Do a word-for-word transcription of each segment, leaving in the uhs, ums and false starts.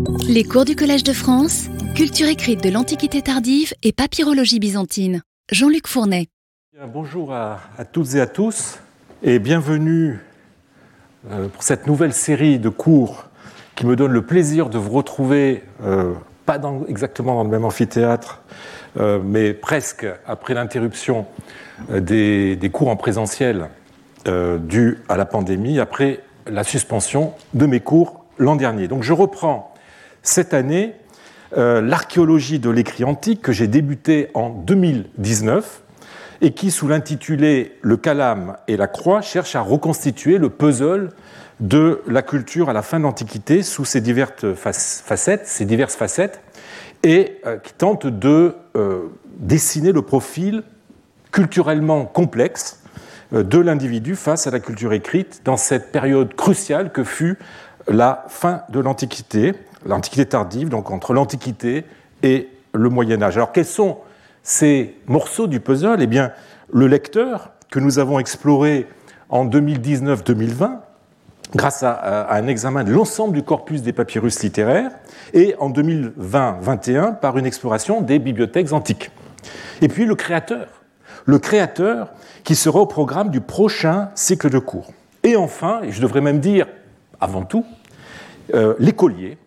Les cours du Collège de France, culture écrite de l'Antiquité tardive et papyrologie byzantine. Jean-Luc Fournet. Bonjour à, à toutes et à tous et bienvenue euh, pour cette nouvelle série de cours qui me donne le plaisir de vous retrouver, euh, pas dans, exactement dans le même amphithéâtre, euh, mais presque après l'interruption euh, des, des cours en présentiel euh, due à la pandémie, après la suspension de mes cours l'an dernier. Donc je reprends cette année euh, l'archéologie de l'écrit antique que j'ai débuté en deux mille dix-neuf et qui, sous l'intitulé « Le calame et la croix », cherche à reconstituer le puzzle de la culture à la fin de l'Antiquité sous ses diverses facettes, ses diverses facettes et euh, qui tente de euh, dessiner le profil culturellement complexe euh, de l'individu face à la culture écrite dans cette période cruciale que fut la fin de l'Antiquité, l'Antiquité tardive, donc entre l'Antiquité et le Moyen-Âge. Alors, quels sont ces morceaux du puzzle ? Eh bien, le lecteur que nous avons exploré en deux mille dix-neuf deux mille vingt, grâce à, à un examen de l'ensemble du corpus des papyrus littéraires, et en deux mille vingt vingt et un par une exploration des bibliothèques antiques. Et puis le créateur, le créateur qui sera au programme du prochain cycle de cours. Et enfin, et je devrais même dire avant tout, euh, l'écolier,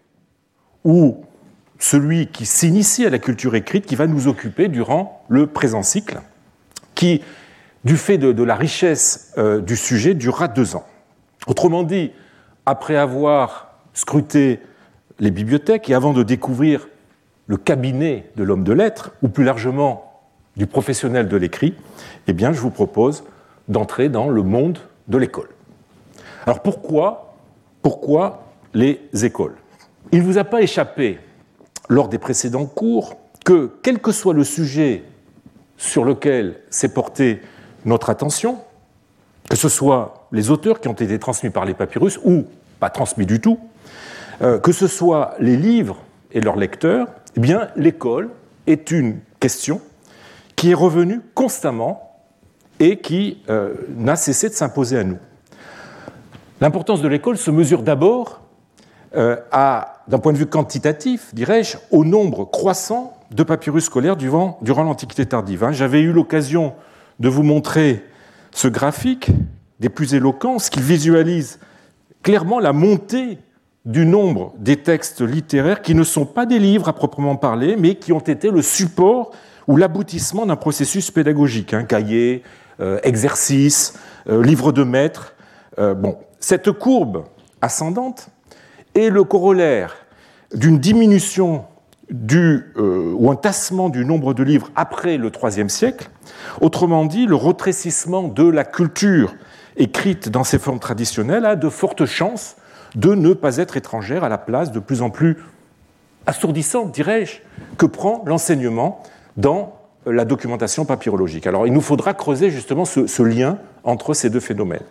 ou celui qui s'initie à la culture écrite, qui va nous occuper durant le présent cycle, qui, du fait de, de la richesse euh, du sujet, durera deux ans. Autrement dit, après avoir scruté les bibliothèques et avant de découvrir le cabinet de l'homme de lettres, ou plus largement du professionnel de l'écrit, eh bien, je vous propose d'entrer dans le monde de l'école. Alors pourquoi, pourquoi les écoles ? Il ne vous a pas échappé, lors des précédents cours, que, quel que soit le sujet sur lequel s'est portée notre attention, que ce soit les auteurs qui ont été transmis par les papyrus ou pas transmis du tout, euh, que ce soit les livres et leurs lecteurs, eh bien, l'école est une question qui est revenue constamment et qui euh, n'a cessé de s'imposer à nous. L'importance de l'école se mesure d'abord euh, à, d'un point de vue quantitatif, dirais-je, au nombre croissant de papyrus scolaires durant, durant l'Antiquité tardive. Hein. J'avais eu l'occasion de vous montrer ce graphique des plus éloquents, ce qui visualise clairement la montée du nombre des textes littéraires qui ne sont pas des livres à proprement parler, mais qui ont été le support ou l'aboutissement d'un processus pédagogique, hein, cahiers, euh, exercices, euh, livres de maître. Euh, bon, cette courbe ascendante est le corollaire d'une diminution du, euh, ou un tassement du nombre de livres après le troisième siècle. Autrement dit, le rétrécissement de la culture écrite dans ses formes traditionnelles a de fortes chances de ne pas être étrangère à la place de plus en plus assourdissante, dirais-je, que prend l'enseignement dans la documentation papyrologique. Alors, il nous faudra creuser justement ce, ce lien entre ces deux phénomènes.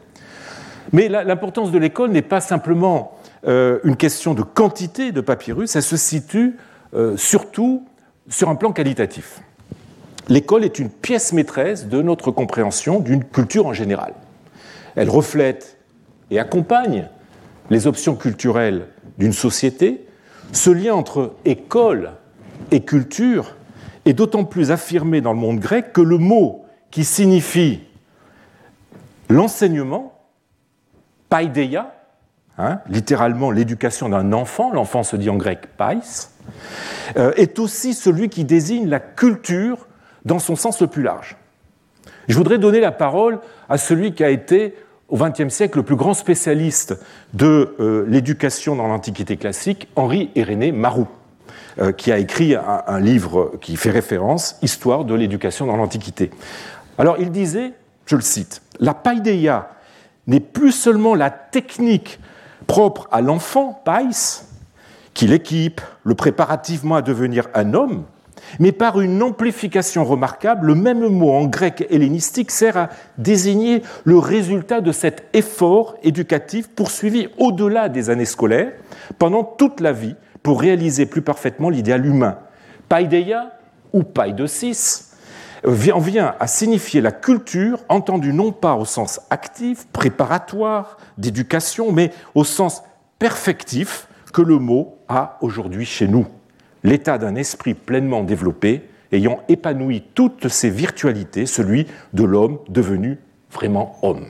Mais la, l'importance de l'école n'est pas simplement euh, une question de quantité de papyrus, elle se situe euh, surtout sur un plan qualitatif. L'école est une pièce maîtresse de notre compréhension d'une culture en général. Elle reflète et accompagne les options culturelles d'une société. Ce lien entre école et culture est d'autant plus affirmé dans le monde grec que le mot qui signifie l'enseignement, paideia, hein, littéralement l'éducation d'un enfant, l'enfant se dit en grec pais, euh, est aussi celui qui désigne la culture dans son sens le plus large. Je voudrais donner la parole à celui qui a été, au vingtième siècle, le plus grand spécialiste de euh, l'éducation dans l'Antiquité classique, Henri-Irénée Marrou, euh, qui a écrit un, un livre qui fait référence, « Histoire de l'éducation dans l'Antiquité ». Alors, il disait, je le cite, « La paideia n'est plus seulement la technique propre à l'enfant, pais, qui l'équipe, le préparativement à devenir un homme, mais par une amplification remarquable, le même mot en grec hellénistique sert à désigner le résultat de cet effort éducatif poursuivi au-delà des années scolaires, pendant toute la vie, pour réaliser plus parfaitement l'idéal humain. Paideia, ou paidosis, vient à signifier la culture entendue non pas au sens actif, préparatoire, d'éducation, mais au sens perfectif que le mot a aujourd'hui chez nous l'état d'un esprit pleinement développé, ayant épanoui toutes ses virtualités, celui de l'homme devenu vraiment homme.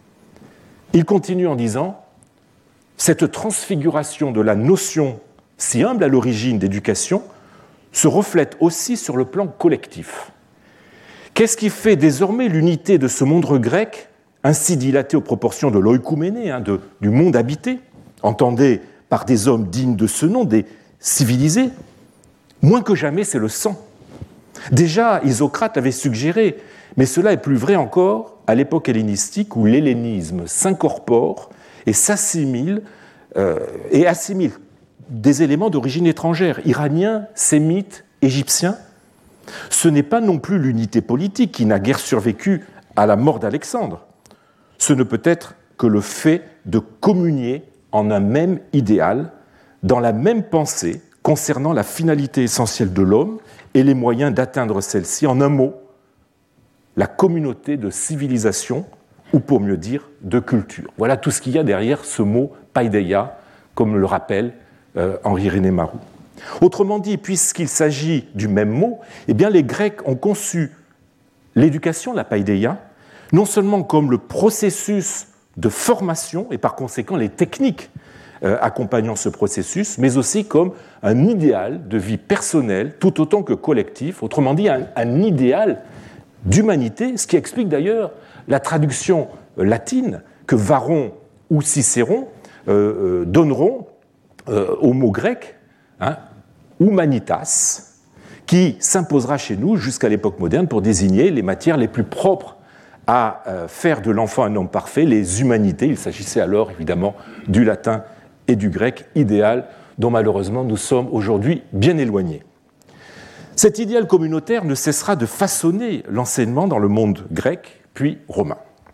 Il continue en disant « Cette transfiguration de la notion si humble à l'origine d'éducation se reflète aussi sur le plan collectif. Qu'est-ce qui fait désormais l'unité de ce monde grec, ainsi dilaté aux proportions de l'oïkouméné, hein, de, du monde habité, entendez par des hommes dignes de ce nom, des civilisés? Moins que jamais, c'est le sang. Déjà, Isocrate avait suggéré, mais cela est plus vrai encore à l'époque hellénistique où l'hellénisme s'incorpore et s'assimile euh, et assimile des éléments d'origine étrangère, iraniens, sémites, égyptiens. Ce n'est pas non plus l'unité politique qui n'a guère survécu à la mort d'Alexandre. Ce ne peut être que le fait de communier en un même idéal, dans la même pensée concernant la finalité essentielle de l'homme et les moyens d'atteindre celle-ci. En un mot, la communauté de civilisation, ou pour mieux dire, de culture. Voilà tout ce qu'il y a derrière ce mot paideia, comme le rappelle euh, Henri-René Maroux. Autrement dit, puisqu'il s'agit du même mot, eh bien les Grecs ont conçu l'éducation, la paideia, non seulement comme le processus de formation et par conséquent les techniques euh, accompagnant ce processus, mais aussi comme un idéal de vie personnelle tout autant que collectif, autrement dit un, un idéal d'humanité, ce qui explique d'ailleurs la traduction latine que Varron ou Cicéron euh, euh, donneront euh, au mot grec, hein, humanitas, qui s'imposera chez nous jusqu'à l'époque moderne pour désigner les matières les plus propres à euh, faire de l'enfant un homme parfait, les humanités. Il s'agissait alors évidemment du latin et du grec idéal dont malheureusement nous sommes aujourd'hui bien éloignés. Cet idéal communautaire ne cessera de façonner l'enseignement dans le monde grec puis romain.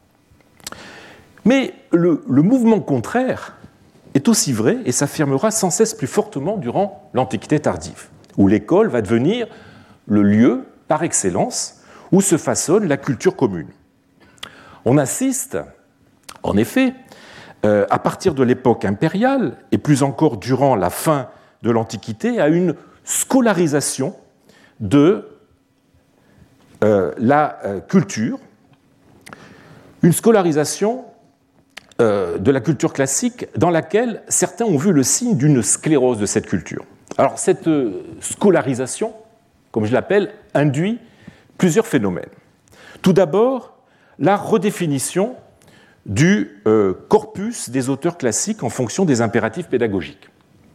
Mais le, le mouvement contraire est aussi vrai et s'affirmera sans cesse plus fortement durant l'Antiquité tardive, où l'école va devenir le lieu par excellence où se façonne la culture commune. On assiste, en effet, euh, à partir de l'époque impériale, et plus encore durant la fin de l'Antiquité, à une scolarisation de euh, la euh, culture, une scolarisation euh, de la culture classique dans laquelle certains ont vu le signe d'une sclérose de cette culture. Alors cette euh, scolarisation, comme je l'appelle, induit plusieurs phénomènes. Tout d'abord, la redéfinition du euh, corpus des auteurs classiques en fonction des impératifs pédagogiques.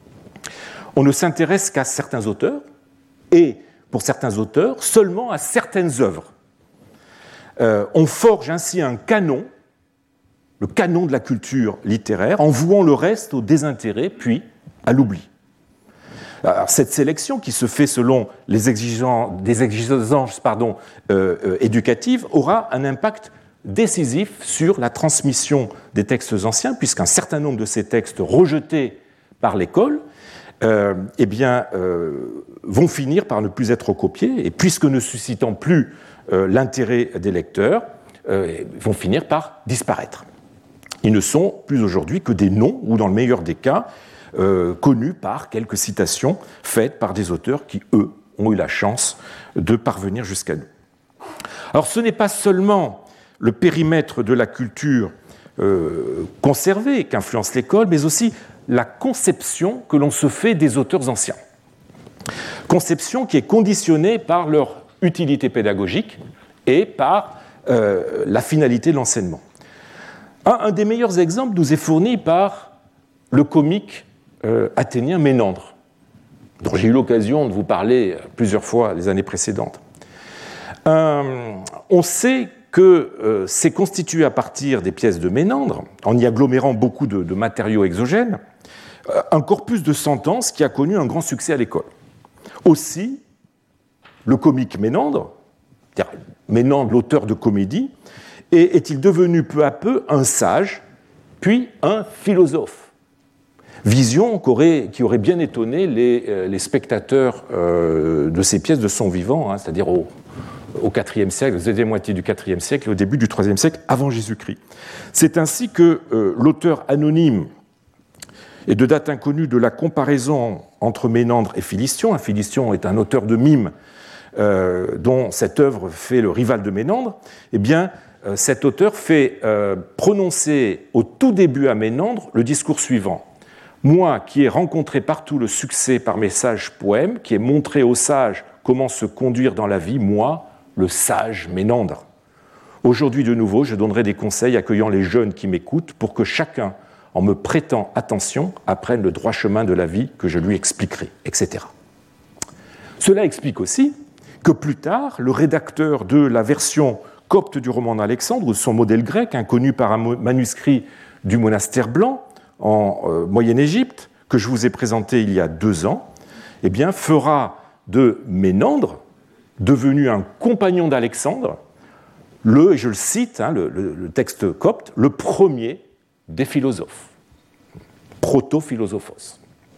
On ne s'intéresse qu'à certains auteurs et, pour certains auteurs, seulement à certaines œuvres. Euh, on forge ainsi un canon, le canon de la culture littéraire, en vouant le reste au désintérêt puis à l'oubli. Alors, cette sélection, qui se fait selon les exigences, des exigences pardon, euh, euh, éducatives, aura un impact décisif sur la transmission des textes anciens, puisqu'un certain nombre de ces textes rejetés par l'école euh, eh bien, euh, vont finir par ne plus être recopiés, et puisque ne suscitant plus euh, l'intérêt des lecteurs, euh, vont finir par disparaître. Ils ne sont plus aujourd'hui que des noms, ou dans le meilleur des cas, Euh, connus par quelques citations faites par des auteurs qui, eux, ont eu la chance de parvenir jusqu'à nous. Alors ce n'est pas seulement le périmètre de la culture euh, conservée qu'influence l'école, mais aussi la conception que l'on se fait des auteurs anciens. Conception qui est conditionnée par leur utilité pédagogique et par euh, la finalité de l'enseignement. Un, un des meilleurs exemples nous est fourni par le comique Euh, athénien Ménandre, dont j'ai eu l'occasion de vous parler plusieurs fois les années précédentes. Euh, on sait que euh, c'est constitué à partir des pièces de Ménandre, en y agglomérant beaucoup de, de matériaux exogènes, euh, un corpus de sentences qui a connu un grand succès à l'école. Aussi, le comique Ménandre, c'est-à-dire Ménandre, l'auteur de comédie, est-il devenu peu à peu un sage, puis un philosophe. Vision qu'aurait, qui aurait bien étonné les, euh, les spectateurs euh, de ces pièces de son vivant, hein, c'est-à-dire au, au quatrième siècle, la deuxième moitié du quatrième siècle et au début du troisième siècle avant Jésus-Christ. C'est ainsi que euh, l'auteur anonyme et de date inconnue de la comparaison entre Ménandre et Philistion. Philistion est un auteur de mime euh, dont cette œuvre fait le rival de Ménandre. Eh bien, euh, cet auteur fait euh, prononcer au tout début à Ménandre le discours suivant. « Moi qui ai rencontré partout le succès par mes sages poèmes, qui ai montré aux sages comment se conduire dans la vie, moi, le sage Ménandre. Aujourd'hui, de nouveau, je donnerai des conseils accueillant les jeunes qui m'écoutent pour que chacun, en me prêtant attention, apprenne le droit chemin de la vie que je lui expliquerai, et cetera. Cela explique aussi que plus tard, le rédacteur de la version copte du roman d'Alexandre, ou son modèle grec, inconnu par un manuscrit du monastère blanc en euh, Moyenne-Égypte, que je vous ai présenté il y a deux ans, eh bien, fera de Ménandre, devenu un compagnon d'Alexandre, le, et je le cite, hein, le, le, le texte copte, le premier des philosophes, proto-philosophos.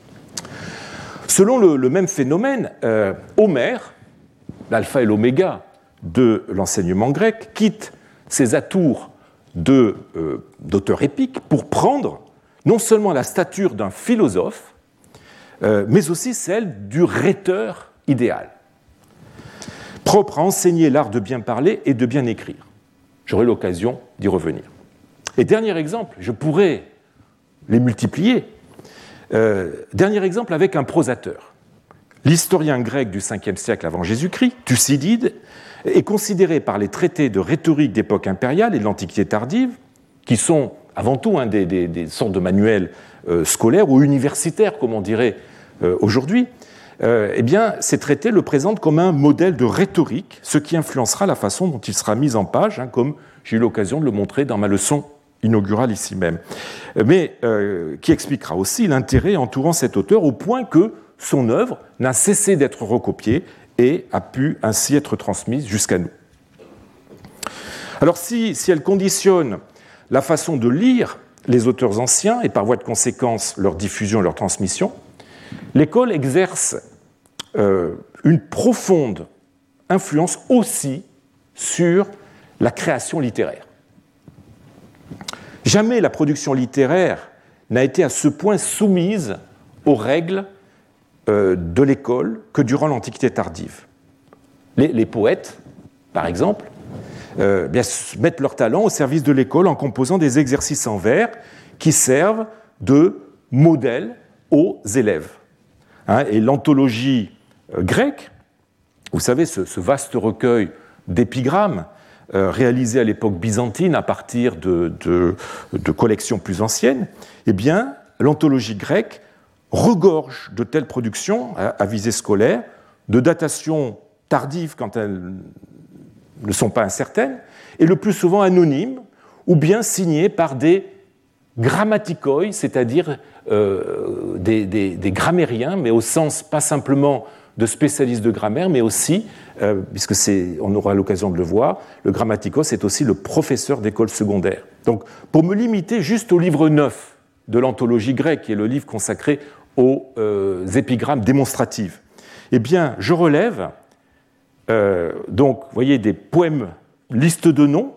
Selon le, le même phénomène, euh, Homère, l'alpha et l'oméga de l'enseignement grec, quitte ses atours de, euh, d'auteur épique pour prendre non seulement la stature d'un philosophe, euh, mais aussi celle du rhéteur idéal, propre à enseigner l'art de bien parler et de bien écrire. J'aurai l'occasion d'y revenir. Et dernier exemple, je pourrais les multiplier. Euh, dernier exemple avec un prosateur. L'historien grec du cinquième siècle avant Jésus-Christ, Thucydide, est considéré par les traités de rhétorique d'époque impériale et de l'Antiquité tardive, qui sont avant tout hein, des, des, des sortes de manuels euh, scolaires ou universitaires, comme on dirait euh, aujourd'hui, euh, eh bien, ces traités le présentent comme un modèle de rhétorique, ce qui influencera la façon dont il sera mis en page, hein, comme j'ai eu l'occasion de le montrer dans ma leçon inaugurale ici même, mais euh, qui expliquera aussi l'intérêt entourant cet auteur au point que son œuvre n'a cessé d'être recopiée et a pu ainsi être transmise jusqu'à nous. Alors si, si elle conditionne la façon de lire les auteurs anciens et par voie de conséquence leur diffusion et leur transmission, l'école exerce euh, une profonde influence aussi sur la création littéraire. Jamais la production littéraire n'a été à ce point soumise aux règles euh, de l'école que durant l'Antiquité tardive. Les, les poètes, par exemple, euh, bien, mettent leur talent au service de l'école en composant des exercices en vers qui servent de modèle aux élèves. Hein, et l'anthologie euh, grecque, vous savez, ce, ce vaste recueil d'épigrammes, Euh, réalisé à l'époque byzantine à partir de, de, de collections plus anciennes, eh bien, l'anthologie grecque regorge de telles productions à, à visée scolaire, de datations tardives quand elles ne sont pas incertaines, et le plus souvent anonymes, ou bien signées par des grammatikoi, c'est-à-dire euh, des, des, des grammairiens, mais au sens pas simplement de spécialistes de grammaire, mais aussi, euh, puisque c'est, on aura l'occasion de le voir, le grammatikos est aussi le professeur d'école secondaire. Donc, pour me limiter juste au livre neuf de l'anthologie grecque, qui est le livre consacré aux euh, épigrammes démonstratives, eh bien, je relève, euh, donc, vous voyez, des poèmes, liste de noms,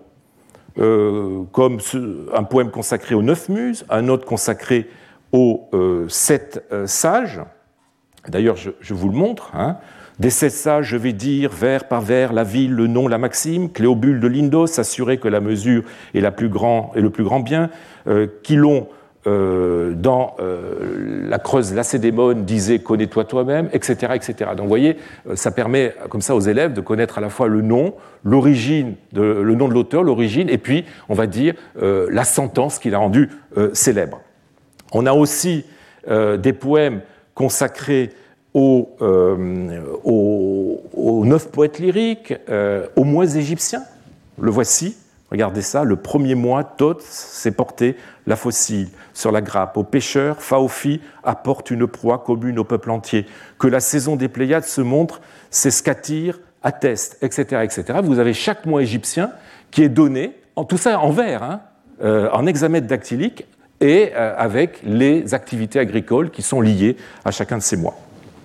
euh, comme ce, un poème consacré aux neuf muses, un autre consacré aux euh, sept euh, sages. D'ailleurs, je, je vous le montre. Hein. Des sept sages, je vais dire, vers par vers, la ville, le nom, la maxime, Cléobule de Lindos, s'assurer que la mesure est, la plus grand, est le plus grand bien, euh, Quilon, euh, dans euh, la Creuse Lacédémone, disait « connais-toi toi-même », et cetera, et cetera. Donc, vous voyez, ça permet comme ça aux élèves de connaître à la fois le nom, l'origine, de, le nom de l'auteur, l'origine, et puis, on va dire, euh, la sentence qui l'a rendu euh, célèbre. On a aussi euh, des poèmes consacré aux, euh, aux, aux neuf poètes lyriques, euh, aux mois égyptiens. Le voici, regardez ça, le premier mois, Thoth s'est porté la faucille sur la grappe. Aux pêcheurs, Phaophi apporte une proie commune au peuple entier. Que la saison des Pléiades se montre, c'est Scatir, atteste, et cetera, et cetera. Vous avez chaque mois égyptien qui est donné, en, tout ça en vers, hein, euh, en hexamètre dactylique, et avec les activités agricoles qui sont liées à chacun de ces mois.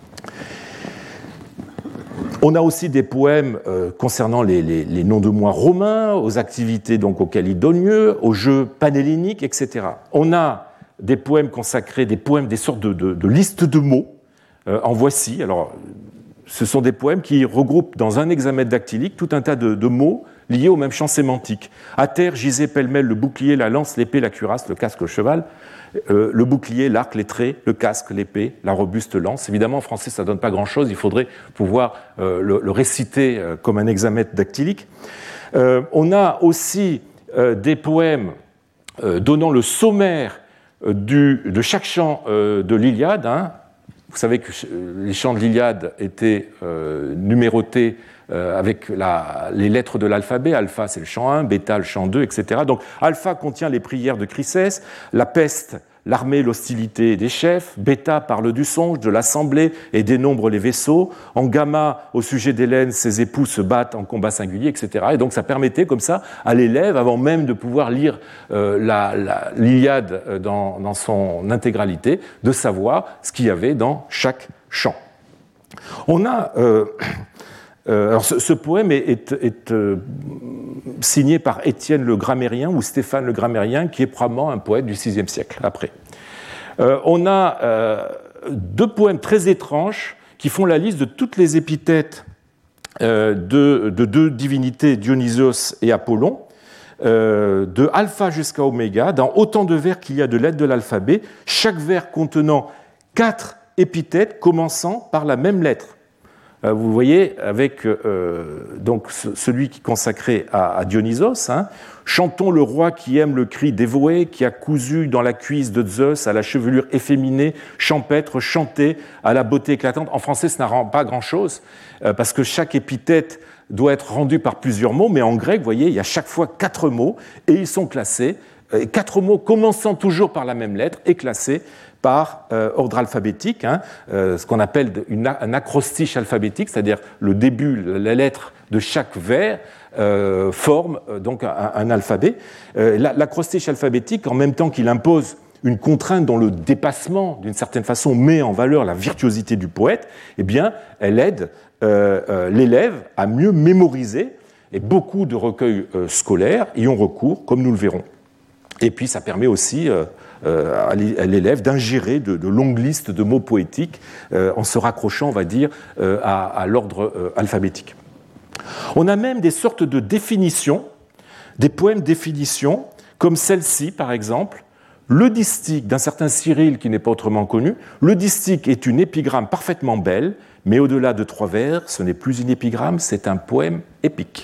On a aussi des poèmes euh, concernant les, les, les noms de mois romains, aux activités donc, auxquelles ils donnent lieu, aux jeux panhelléniques, et cetera. On a des poèmes consacrés, des poèmes, des sortes de, de, de listes de mots. Euh, en voici. Alors, ce sont des poèmes qui regroupent dans un hexamètre dactylique tout un tas de, de mots liés au même champ sémantique. À terre gisait pêle-mêle le bouclier, la lance, l'épée, la cuirasse, le casque, le cheval, euh, le bouclier, l'arc, les traits, le casque, l'épée, la robuste lance. Évidemment, en français, ça ne donne pas grand-chose. Il faudrait pouvoir euh, le, le réciter euh, comme un hexamètre dactylique. Euh, on a aussi euh, des poèmes euh, donnant le sommaire euh, du, de chaque chant euh, de l'Iliade. Hein. Vous savez que les chants de l'Iliade étaient euh, numérotés euh, avec la, les lettres de l'alphabet. Alpha, c'est le chant un, bêta, le chant deux, et cetera. Donc, alpha contient les prières de Chrysès, la peste, l'armée, l'hostilité des chefs. Bêta parle du songe, de l'assemblée et dénombre les vaisseaux. En gamma, au sujet d'Hélène, ses époux se battent en combat singulier, et cetera. Et donc, ça permettait comme ça à l'élève, avant même de pouvoir lire euh, la, la, l'Iliade dans, dans son intégralité, de savoir ce qu'il y avait dans chaque chant. On a... Euh, Euh, alors ce, ce poème est, est, est euh, signé par Étienne le Grammairien ou Stéphane le Grammairien, qui est probablement un poète du sixième siècle après. Euh, on a euh, deux poèmes très étranges qui font la liste de toutes les épithètes euh, de, de deux divinités, Dionysos et Apollon, euh, de alpha jusqu'à oméga, dans autant de vers qu'il y a de lettres de l'alphabet, chaque vers contenant quatre épithètes commençant par la même lettre. Vous voyez, avec euh, donc celui qui est consacré à, à Dionysos, hein, chantons le roi qui aime le cri dévoué, qui a cousu dans la cuisse de Zeus à la chevelure efféminée, champêtre, chanté à la beauté éclatante. En français, ça n'a pas grand-chose, euh, parce que chaque épithète doit être rendue par plusieurs mots, mais en grec, vous voyez, il y a chaque fois quatre mots, et ils sont classés, euh, quatre mots commençant toujours par la même lettre, et classés par euh, ordre alphabétique, hein, euh, ce qu'on appelle une, un acrostiche alphabétique, c'est-à-dire le début, la lettre de chaque vers euh, forme euh, donc un, un alphabet. Euh, l'acrostiche alphabétique, en même temps qu'il impose une contrainte dont le dépassement, d'une certaine façon, met en valeur la virtuosité du poète, eh bien, elle aide euh, euh, l'élève à mieux mémoriser, et beaucoup de recueils euh, scolaires y ont recours, comme nous le verrons. Et puis, ça permet aussi euh, euh, à l'élève d'ingérer de, de longues listes de mots poétiques euh, en se raccrochant, on va dire, euh, à, à l'ordre euh, alphabétique. On a même des sortes de définitions, des poèmes définitions, comme celle-ci, par exemple. Le distique d'un certain Cyril, qui n'est pas autrement connu. Le distique est une épigramme parfaitement belle, mais au-delà de trois vers, ce n'est plus une épigramme, c'est un poème épique.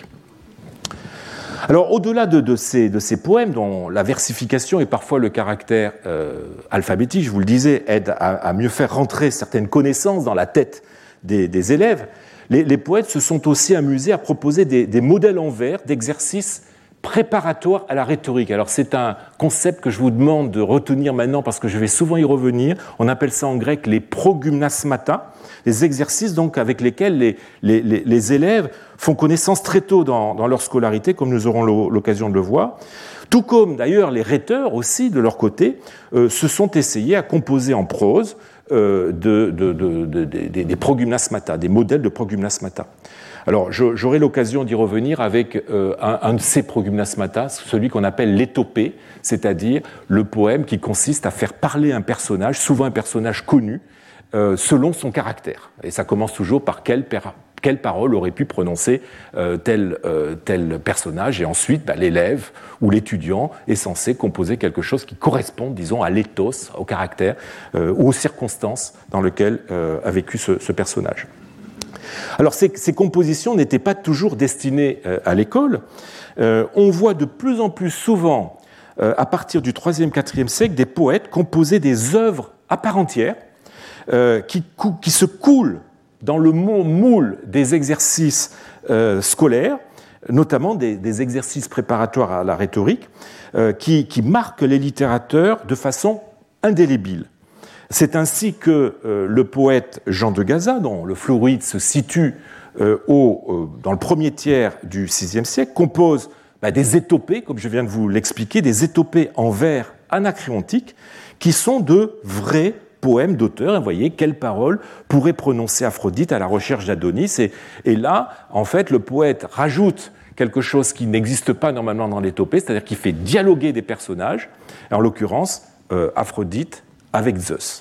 Alors, au-delà de, de, ces, de ces poèmes, dont la versification et parfois le caractère euh, alphabétique, je vous le disais, aide à, à mieux faire rentrer certaines connaissances dans la tête des, des élèves, les, les poètes se sont aussi amusés à proposer des, des modèles en vers d'exercices préparatoires à la rhétorique. Alors, c'est un concept que je vous demande de retenir maintenant parce que je vais souvent y revenir. On appelle ça en grec les progymnasmata, des exercices donc avec lesquels les, les, les, les élèves font connaissance très tôt dans, dans leur scolarité, comme nous aurons l'occasion de le voir. Tout comme d'ailleurs les rhéteurs aussi, de leur côté, euh, se sont essayés à composer en prose euh, de, de, de, de, de, des progymnasmata, des modèles de progymnasmata. Alors, j'aurai l'occasion d'y revenir avec euh, un, un de ces progymnasmata, celui qu'on appelle l'étopée, c'est-à-dire le poème qui consiste à faire parler un personnage, souvent un personnage connu, euh, selon son caractère. Et ça commence toujours par quelle, quelle parole aurait pu prononcer euh, tel, euh, tel personnage, et ensuite bah, l'élève ou l'étudiant est censé composer quelque chose qui corresponde, disons, à l'éthos, au caractère euh, ou aux circonstances dans lesquelles euh, a vécu ce, ce personnage. Alors, ces, ces compositions n'étaient pas toujours destinées euh, à l'école. Euh, on voit de plus en plus souvent, euh, à partir du troisième quatrième siècle, des poètes composer des œuvres à part entière euh, qui, qui se coulent dans le moule des exercices euh, scolaires, notamment des, des exercices préparatoires à la rhétorique, euh, qui, qui marquent les littérateurs de façon indélébile. C'est ainsi que euh, le poète Jean de Gaza, dont le Floride se situe euh, au, euh, dans le premier tiers du sixième siècle, compose bah, des étopées, comme je viens de vous l'expliquer, des étopées en vers anacréontiques, qui sont de vrais poèmes d'auteurs. Et vous voyez, quelles paroles pourrait prononcer Aphrodite à la recherche d'Adonis. Et, et là, en fait, le poète rajoute quelque chose qui n'existe pas normalement dans l'étopée, c'est-à-dire qu'il fait dialoguer des personnages, en l'occurrence, euh, Aphrodite avec Zeus.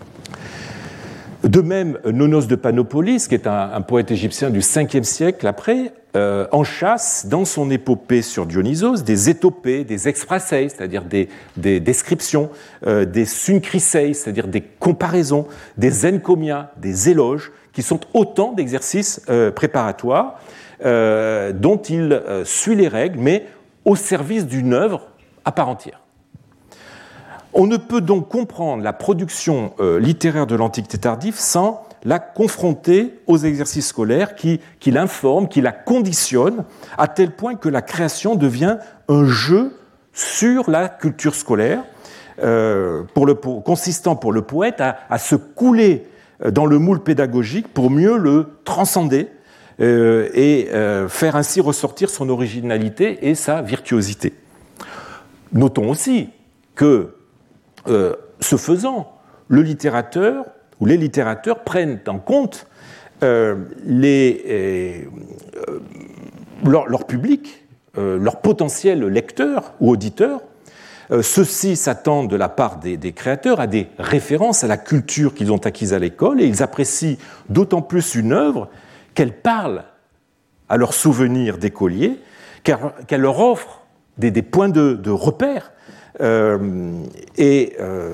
De même, Nonos de Panopolis, qui est un, un poète égyptien du cinquième siècle après, euh, enchasse dans son épopée sur Dionysos des étopées, des exprasseis, c'est-à-dire des, des descriptions, euh, des synkriseis, c'est-à-dire des comparaisons, des encomias, des éloges, qui sont autant d'exercices euh, préparatoires euh, dont il euh, suit les règles, mais au service d'une œuvre à part entière. On ne peut donc comprendre la production euh, littéraire de l'Antiquité tardive sans la confronter aux exercices scolaires qui, qui l'informent, qui la conditionnent, à tel point que la création devient un jeu sur la culture scolaire, euh, pour le, pour, consistant pour le poète à, à se couler dans le moule pédagogique pour mieux le transcender euh, et euh, faire ainsi ressortir son originalité et sa virtuosité. Notons aussi que Euh, ce faisant, le littérateur ou les littérateurs prennent en compte euh, les, euh, leur, leur public, euh, leur potentiel lecteur ou auditeur. Euh, Ceux-ci s'attendent de la part des, des créateurs à des références à la culture qu'ils ont acquise à l'école et ils apprécient d'autant plus une œuvre qu'elle parle à leurs souvenirs d'écoliers, qu'elle leur offre des, des points de, de repère. Euh, et euh,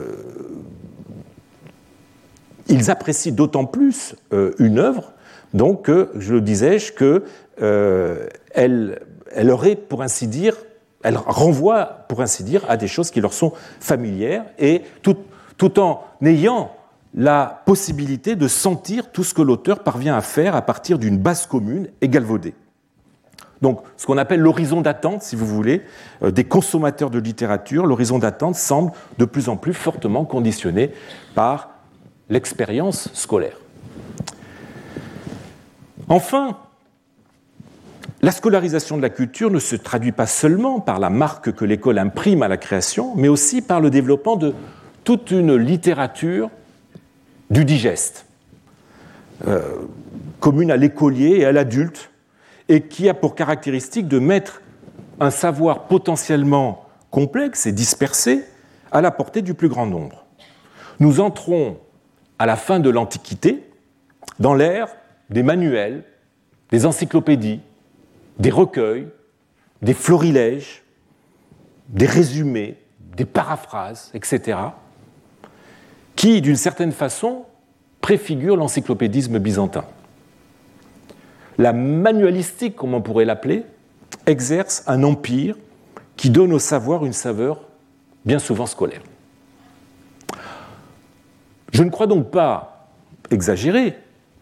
ils apprécient d'autant plus euh, une œuvre, donc que, je le disais-je, qu'elle euh, elle, elle aurait, pour ainsi dire, elle renvoie, pour ainsi dire, à des choses qui leur sont familières, et tout, tout en ayant la possibilité de sentir tout ce que l'auteur parvient à faire à partir d'une base commune et galvaudée. Donc, ce qu'on appelle l'horizon d'attente, si vous voulez, euh, des consommateurs de littérature, l'horizon d'attente semble de plus en plus fortement conditionné par l'expérience scolaire. Enfin, la scolarisation de la culture ne se traduit pas seulement par la marque que l'école imprime à la création, mais aussi par le développement de toute une littérature du digeste, euh, commune à l'écolier et à l'adulte, et qui a pour caractéristique de mettre un savoir potentiellement complexe et dispersé à la portée du plus grand nombre. Nous entrons à la fin de l'Antiquité dans l'ère des manuels, des encyclopédies, des recueils, des florilèges, des résumés, des paraphrases, et cetera, qui, d'une certaine façon, préfigurent l'encyclopédisme byzantin. La manualistique, comme on pourrait l'appeler, exerce un empire qui donne au savoir une saveur bien souvent scolaire. Je ne crois donc pas exagérer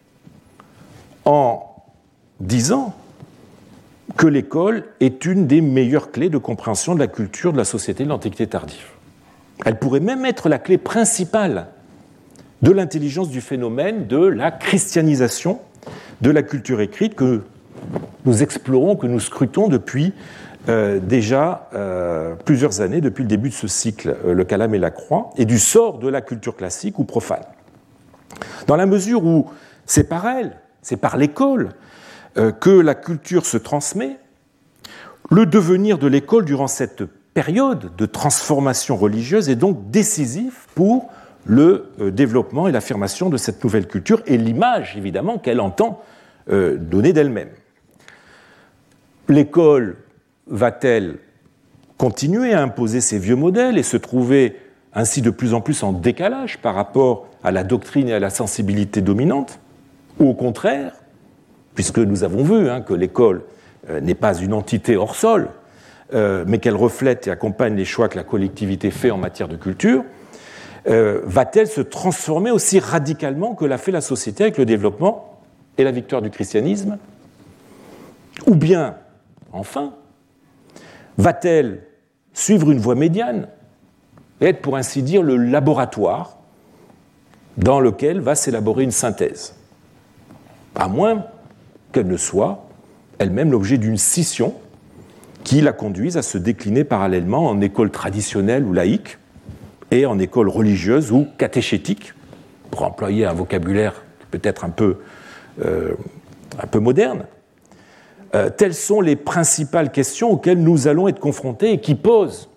en disant que l'école est une des meilleures clés de compréhension de la culture de la société de l'Antiquité tardive. Elle pourrait même être la clé principale de l'intelligence du phénomène de la christianisation de la culture écrite que nous explorons, que nous scrutons depuis euh, déjà euh, plusieurs années, depuis le début de ce cycle, euh, le Calame et la Croix, et du sort de la culture classique ou profane. Dans la mesure où c'est par elle, c'est par l'école, euh, que la culture se transmet, le devenir de l'école durant cette période de transformation religieuse est donc décisif pour le développement et l'affirmation de cette nouvelle culture et l'image, évidemment, qu'elle entend euh, donner d'elle-même. L'école va-t-elle continuer à imposer ses vieux modèles et se trouver ainsi de plus en plus en décalage par rapport à la doctrine et à la sensibilité dominante, ou au contraire, puisque nous avons vu hein, que l'école euh, n'est pas une entité hors sol, euh, mais qu'elle reflète et accompagne les choix que la collectivité fait en matière de culture, Euh, va-t-elle se transformer aussi radicalement que l'a fait la société avec le développement et la victoire du christianisme? Ou bien, enfin, va-t-elle suivre une voie médiane et être, pour ainsi dire, le laboratoire dans lequel va s'élaborer une synthèse, à moins qu'elle ne soit elle-même l'objet d'une scission qui la conduise à se décliner parallèlement en école traditionnelle ou laïque, et en école religieuse ou catéchétique, pour employer un vocabulaire peut-être un peu, euh, un peu moderne. Euh, telles sont les principales questions auxquelles nous allons être confrontés et qui posent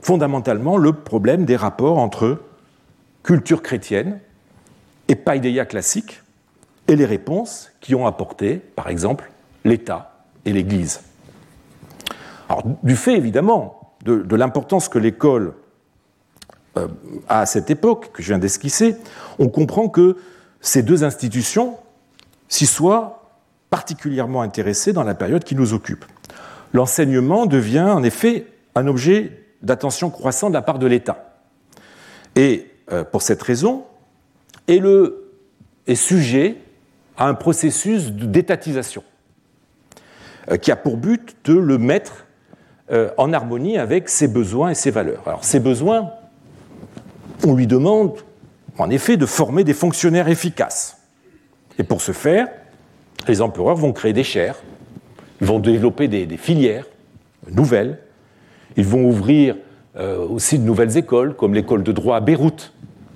fondamentalement le problème des rapports entre culture chrétienne et païdéia classique, et les réponses qui ont apporté, par exemple, l'État et l'Église. Alors, du fait, évidemment, de, de l'importance que l'école euh, a à cette époque, que je viens d'esquisser, on comprend que ces deux institutions s'y soient particulièrement intéressées dans la période qui nous occupe. L'enseignement devient, en effet, un objet d'attention croissant de la part de l'État. Et, euh, pour cette raison, est, le, est sujet à un processus d'étatisation euh, qui a pour but de le mettre euh, en harmonie avec ses besoins et ses valeurs. Alors, ces besoins, on lui demande, en effet, de former des fonctionnaires efficaces. Et pour ce faire, les empereurs vont créer des chaires, ils vont développer des, des filières nouvelles, ils vont ouvrir euh, aussi de nouvelles écoles, comme l'école de droit à Beyrouth.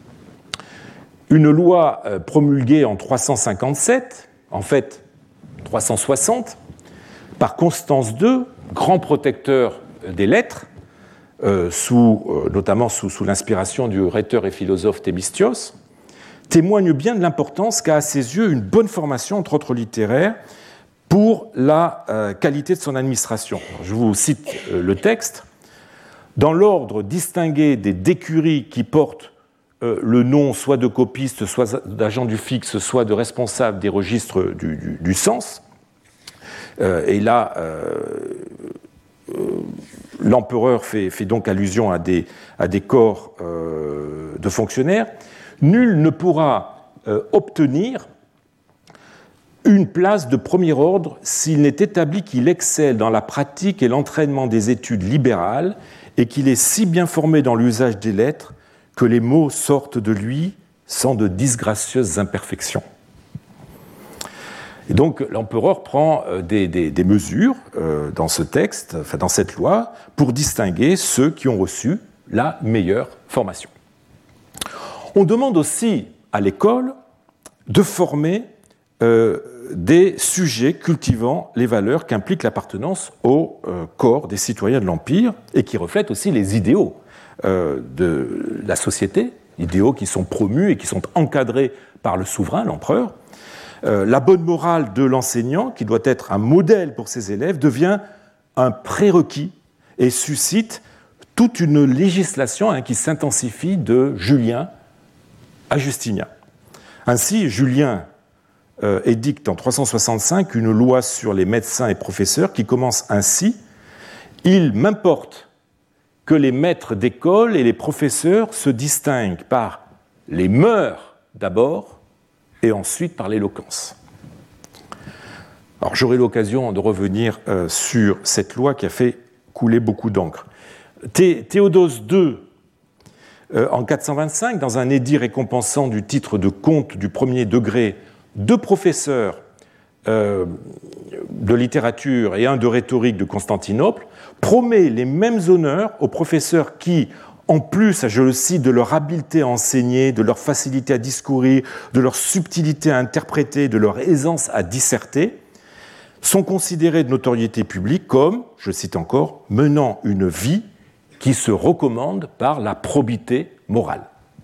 Une loi euh, promulguée en trois cent cinquante-sept, en fait trois cent soixante, par Constance deux, grand protecteur des lettres, euh, sous, euh, notamment sous, sous l'inspiration du rhéteur et philosophe Thémistios, témoigne bien de l'importance qu'a à ses yeux une bonne formation, entre autres littéraires, pour la euh, qualité de son administration. Je vous cite euh, le texte. Dans l'ordre distingué des décuries qui portent euh, le nom soit de copiste, soit d'agent du fixe, soit de responsable des registres du, du, du sens, euh, et là, euh, euh, l'empereur fait, fait donc allusion à des, à des corps euh, de fonctionnaires, nul ne pourra euh, obtenir une place de premier ordre s'il n'est établi qu'il excelle dans la pratique et l'entraînement des études libérales et qu'il est si bien formé dans l'usage des lettres que les mots sortent de lui sans de disgracieuses imperfections. Et donc l'empereur prend des, des, des mesures euh, dans ce texte, enfin dans cette loi, pour distinguer ceux qui ont reçu la meilleure formation. On demande aussi à l'école de former euh, des sujets cultivant les valeurs qu'implique l'appartenance au euh, corps des citoyens de l'Empire et qui reflètent aussi les idéaux euh, de la société, idéaux qui sont promus et qui sont encadrés par le souverain, l'empereur. Euh, la bonne morale de l'enseignant, qui doit être un modèle pour ses élèves, devient un prérequis et suscite toute une législation hein, qui s'intensifie de Julien à Justinien. Ainsi, Julien euh, édicte en trois cent soixante-cinq une loi sur les médecins et professeurs qui commence ainsi : « Il m'importe que les maîtres d'école et les professeurs se distinguent par les mœurs d'abord et ensuite par l'éloquence. » Alors j'aurai l'occasion de revenir euh, sur cette loi qui a fait couler beaucoup d'encre. Thé- Théodose deux, euh, en quatre cent vingt-cinq, dans un édit récompensant du titre de comte du premier degré deux professeurs euh, de littérature et un de rhétorique de Constantinople, promet les mêmes honneurs aux professeurs qui, en plus, je le cite, de leur habileté à enseigner, de leur facilité à discourir, de leur subtilité à interpréter, de leur aisance à disserter, sont considérés de notoriété publique comme, je cite encore, menant une vie qui se recommande par la probité morale.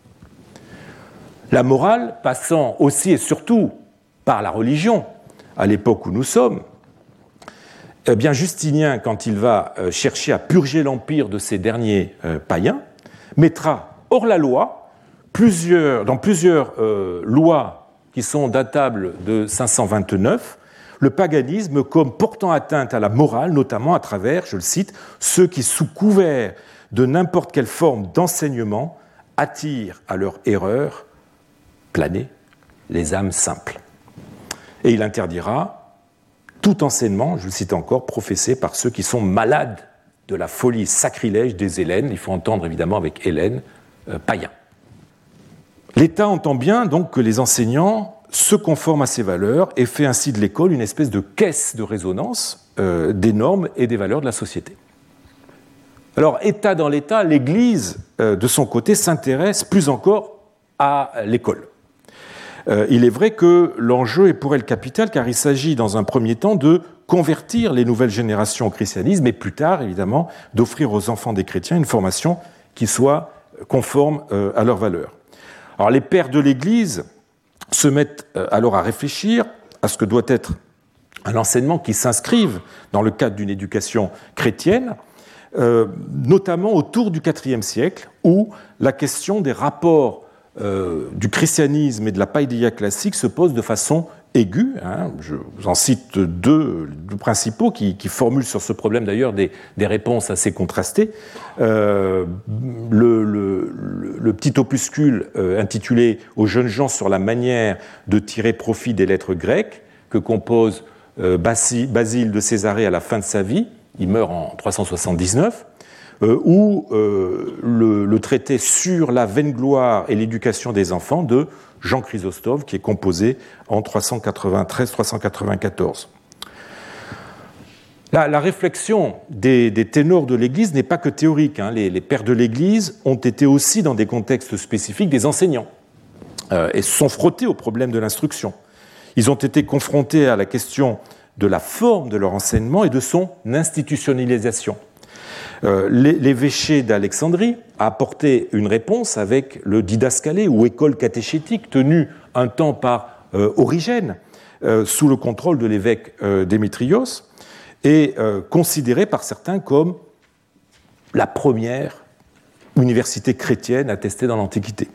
La morale passant aussi et surtout par la religion, à l'époque où nous sommes, eh bien Justinien, quand il va chercher à purger l'empire de ces derniers euh, païens, mettra hors la loi, plusieurs, dans plusieurs euh, lois qui sont datables de cinq cent vingt-neuf, le paganisme comme portant atteinte à la morale, notamment à travers, je le cite, ceux qui, sous couvert de n'importe quelle forme d'enseignement, attirent à leur erreur planer les âmes simples. Et il interdira tout enseignement, je le cite encore, professé par ceux qui sont malades de la folie sacrilège des Hellènes, il faut entendre évidemment avec Hélène, euh, païen. L'État entend bien donc que les enseignants se conforment à ces valeurs et fait ainsi de l'école une espèce de caisse de résonance euh, des normes et des valeurs de la société. Alors, État dans l'État, l'Église, euh, de son côté, s'intéresse plus encore à l'école. Euh, il est vrai que l'enjeu est pour elle capital car il s'agit dans un premier temps de convertir les nouvelles générations au christianisme et plus tard, évidemment, d'offrir aux enfants des chrétiens une formation qui soit conforme à leurs valeurs. Alors les pères de l'Église se mettent alors à réfléchir à ce que doit être un enseignement qui s'inscrive dans le cadre d'une éducation chrétienne, euh, notamment autour du quatrième siècle, où la question des rapports euh, du christianisme et de la païdéia classique se pose de façon aiguë. Hein. Je vous en cite deux, deux principaux qui, qui formulent sur ce problème d'ailleurs des, des réponses assez contrastées. Euh, le, le, le, le petit opuscule euh, intitulé « Aux jeunes gens sur la manière de tirer profit des lettres grecques » que compose euh, Basile de Césarée à la fin de sa vie, il meurt en trois cent soixante-dix-neuf, euh, ou euh, le, le traité sur la vaine gloire et l'éducation des enfants de Jean Chrysostome, qui est composé en trois cent quatre-vingt-treize trois cent quatre-vingt-quatorze. La, la réflexion des, des ténors de l'Église n'est pas que théorique. Hein. Les, les pères de l'Église ont été aussi, dans des contextes spécifiques, des enseignants euh, et se sont frottés au problème de l'instruction. Ils ont été confrontés à la question de la forme de leur enseignement et de son institutionnalisation. Euh, l'évêché d'Alexandrie a apporté une réponse avec le didascalé ou école catéchétique tenue un temps par euh, Origène euh, sous le contrôle de l'évêque euh, Démétrios et euh, considéré par certains comme la première université chrétienne attestée dans l'Antiquité.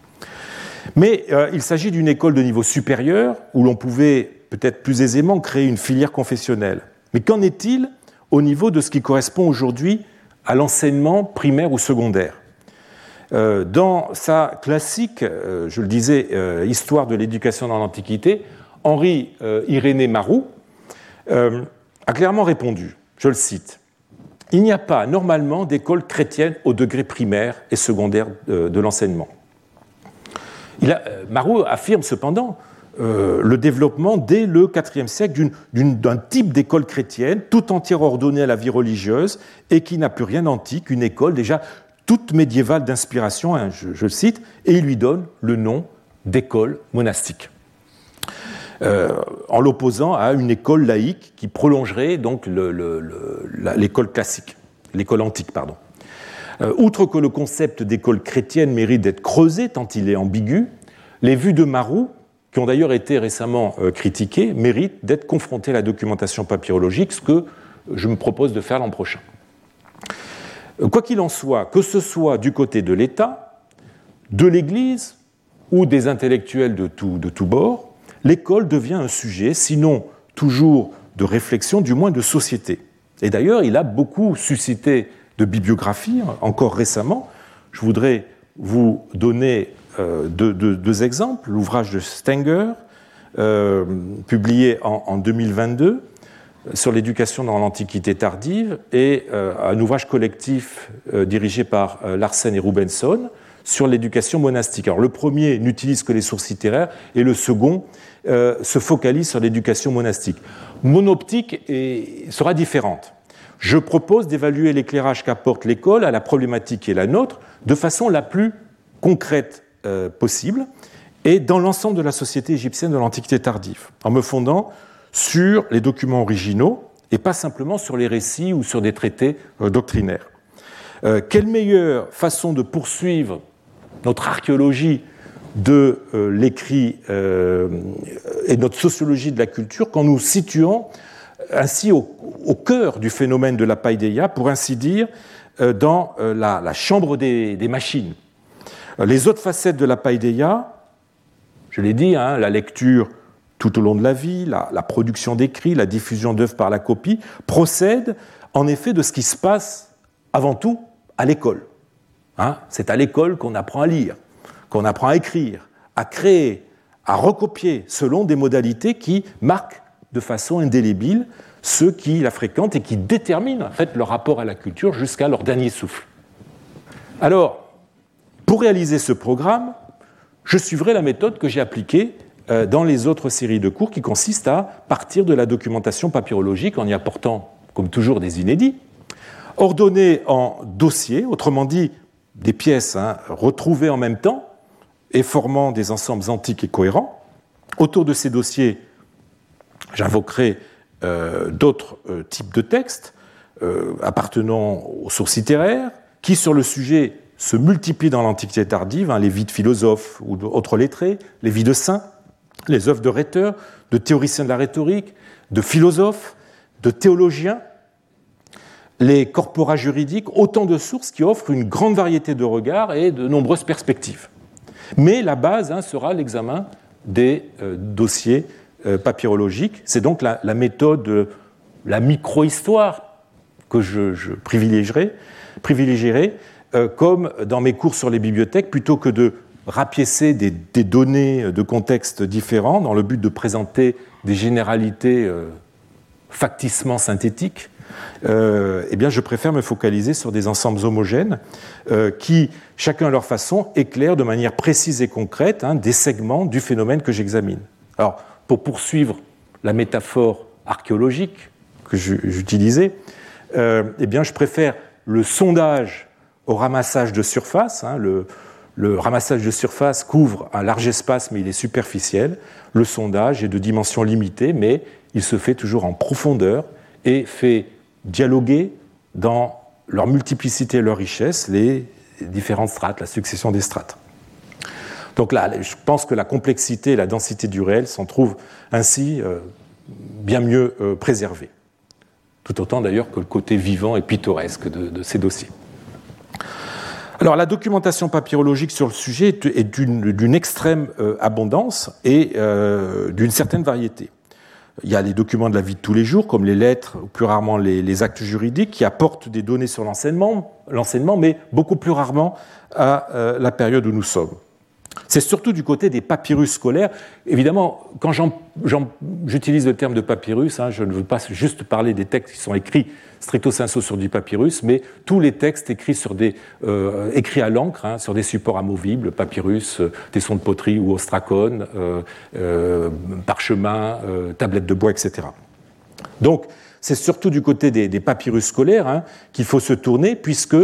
Mais euh, il s'agit d'une école de niveau supérieur où l'on pouvait peut-être plus aisément créer une filière confessionnelle. Mais qu'en est-il au niveau de ce qui correspond aujourd'hui à l'enseignement primaire ou secondaire ? euh, Dans sa classique, euh, je le disais, euh, Histoire de l'éducation dans l'Antiquité, Henri euh, Irénée Maroux euh, a clairement répondu, je le cite, « Il n'y a pas normalement d'école chrétienne au degré primaire et secondaire de, de l'enseignement. » Il a, Maroux affirme cependant euh, le développement dès le quatrième siècle d'une, d'une, d'un type d'école chrétienne tout entière ordonnée à la vie religieuse et qui n'a plus rien d'antique, une école déjà toute médiévale d'inspiration, hein, je, je le cite, et il lui donne le nom d'école monastique, euh, en l'opposant à une école laïque qui prolongerait donc le, le, le, la, l'école classique, l'école antique, pardon. Euh, outre que le concept d'école chrétienne mérite d'être creusé tant il est ambigu, les vues de Maroux, qui ont d'ailleurs été récemment euh, critiquées, méritent d'être confrontées à la documentation papyrologique, ce que je me propose de faire l'an prochain. Euh, quoi qu'il en soit, que ce soit du côté de l'État, de l'Église ou des intellectuels de tout, de tout bord, l'école devient un sujet, sinon toujours de réflexion, du moins de société. Et d'ailleurs, il a beaucoup suscité de bibliographie, encore récemment. Je voudrais vous donner euh, deux, deux, deux exemples. L'ouvrage de Stenger, euh, publié en, en deux mille vingt-deux, sur l'éducation dans l'Antiquité tardive, et euh, un ouvrage collectif euh, dirigé par euh, Larsen et Rubenson sur l'éducation monastique. Alors, le premier n'utilise que les sources littéraires, et le second euh, se focalise sur l'éducation monastique. Mon optique est, sera différente. Je propose d'évaluer l'éclairage qu'apporte l'école à la problématique qui est la nôtre de façon la plus concrète euh, possible et dans l'ensemble de la société égyptienne de l'Antiquité tardive, en me fondant sur les documents originaux et pas simplement sur les récits ou sur des traités euh, doctrinaires. Euh, quelle meilleure façon de poursuivre notre archéologie de euh, l'écrit euh, et notre sociologie de la culture qu'en nous situant ainsi au, au cœur du phénomène de la païdéia, pour ainsi dire, euh, dans euh, la, la chambre des, des machines. Euh, les autres facettes de la païdéia, je l'ai dit, hein, la lecture tout au long de la vie, la, la production d'écrits, la diffusion d'œuvres par la copie, procèdent en effet de ce qui se passe avant tout à l'école. Hein, c'est à l'école qu'on apprend à lire, qu'on apprend à écrire, à créer, à recopier, selon des modalités qui marquent de façon indélébile ceux qui la fréquentent et qui déterminent en fait leur rapport à la culture jusqu'à leur dernier souffle. Alors, pour réaliser ce programme, je suivrai la méthode que j'ai appliquée dans les autres séries de cours qui consiste à partir de la documentation papyrologique en y apportant, comme toujours, des inédits, ordonnés en dossiers, autrement dit des pièces hein, retrouvées en même temps et formant des ensembles antiques et cohérents. Autour de ces dossiers, j'invoquerai euh, d'autres euh, types de textes euh, appartenant aux sources littéraires, qui sur le sujet se multiplient dans l'Antiquité tardive, hein, les vies de philosophes ou d'autres lettrés, les vies de saints, les œuvres de rhéteurs, de théoriciens de la rhétorique, de philosophes, de théologiens, les corpora juridiques, autant de sources qui offrent une grande variété de regards et de nombreuses perspectives. Mais la base hein, sera l'examen des euh, dossiers euh, papyrologiques. C'est donc la, la méthode, euh, la micro-histoire que je, je privilégierai, privilégierai euh, comme dans mes cours sur les bibliothèques, plutôt que de rapiécer des, des données de contextes différents dans le but de présenter des généralités euh, facticement synthétiques. Euh, eh bien, je préfère me focaliser sur des ensembles homogènes euh, qui, chacun à leur façon, éclairent de manière précise et concrète hein, des segments du phénomène que j'examine. Alors, pour poursuivre la métaphore archéologique que j'utilisais, euh, eh bien, je préfère le sondage au ramassage de surface. Hein, le, le ramassage de surface couvre un large espace, mais il est superficiel. Le sondage est de dimension limitée, mais il se fait toujours en profondeur et fait dialoguer dans leur multiplicité et leur richesse les différentes strates, la succession des strates. Donc là, je pense que la complexité et la densité du réel s'en trouvent ainsi euh, bien mieux euh, préservées. Tout autant d'ailleurs que le côté vivant et pittoresque de, de ces dossiers. Alors la documentation papyrologique sur le sujet est d'une, d'une extrême euh, abondance et euh, d'une certaine variété. Il y a les documents de la vie de tous les jours, comme les lettres, ou plus rarement les, les actes juridiques, qui apportent des données sur l'enseignement, l'enseignement mais beaucoup plus rarement à euh, la période où nous sommes. C'est surtout du côté des papyrus scolaires. Évidemment, quand j'en, j'en, j'utilise le terme de papyrus, hein, je ne veux pas juste parler des textes qui sont écrits stricto sensu sur du papyrus, mais tous les textes écrits, sur des, euh, écrits à l'encre, hein, sur des supports amovibles, papyrus, euh, tessons de poterie ou ostracone, euh, euh, parchemin, euh, tablettes de bois, et cetera. Donc, c'est surtout du côté des, des papyrus scolaires hein, qu'il faut se tourner, puisque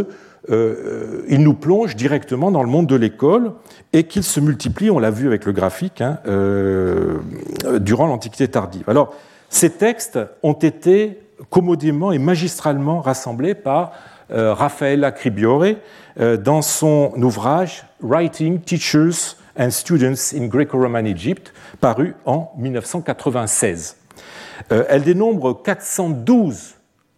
Euh, il nous plonge directement dans le monde de l'école et qu'il se multiplie, on l'a vu avec le graphique, hein, euh, durant l'Antiquité tardive. Alors, ces textes ont été commodément et magistralement rassemblés par euh, Raffaella Cribiore euh, dans son ouvrage « Writing, Teachers and Students in Greco-Roman Egypt » paru en dix-neuf cent quatre-vingt-seize. Euh, elle dénombre quatre cent douze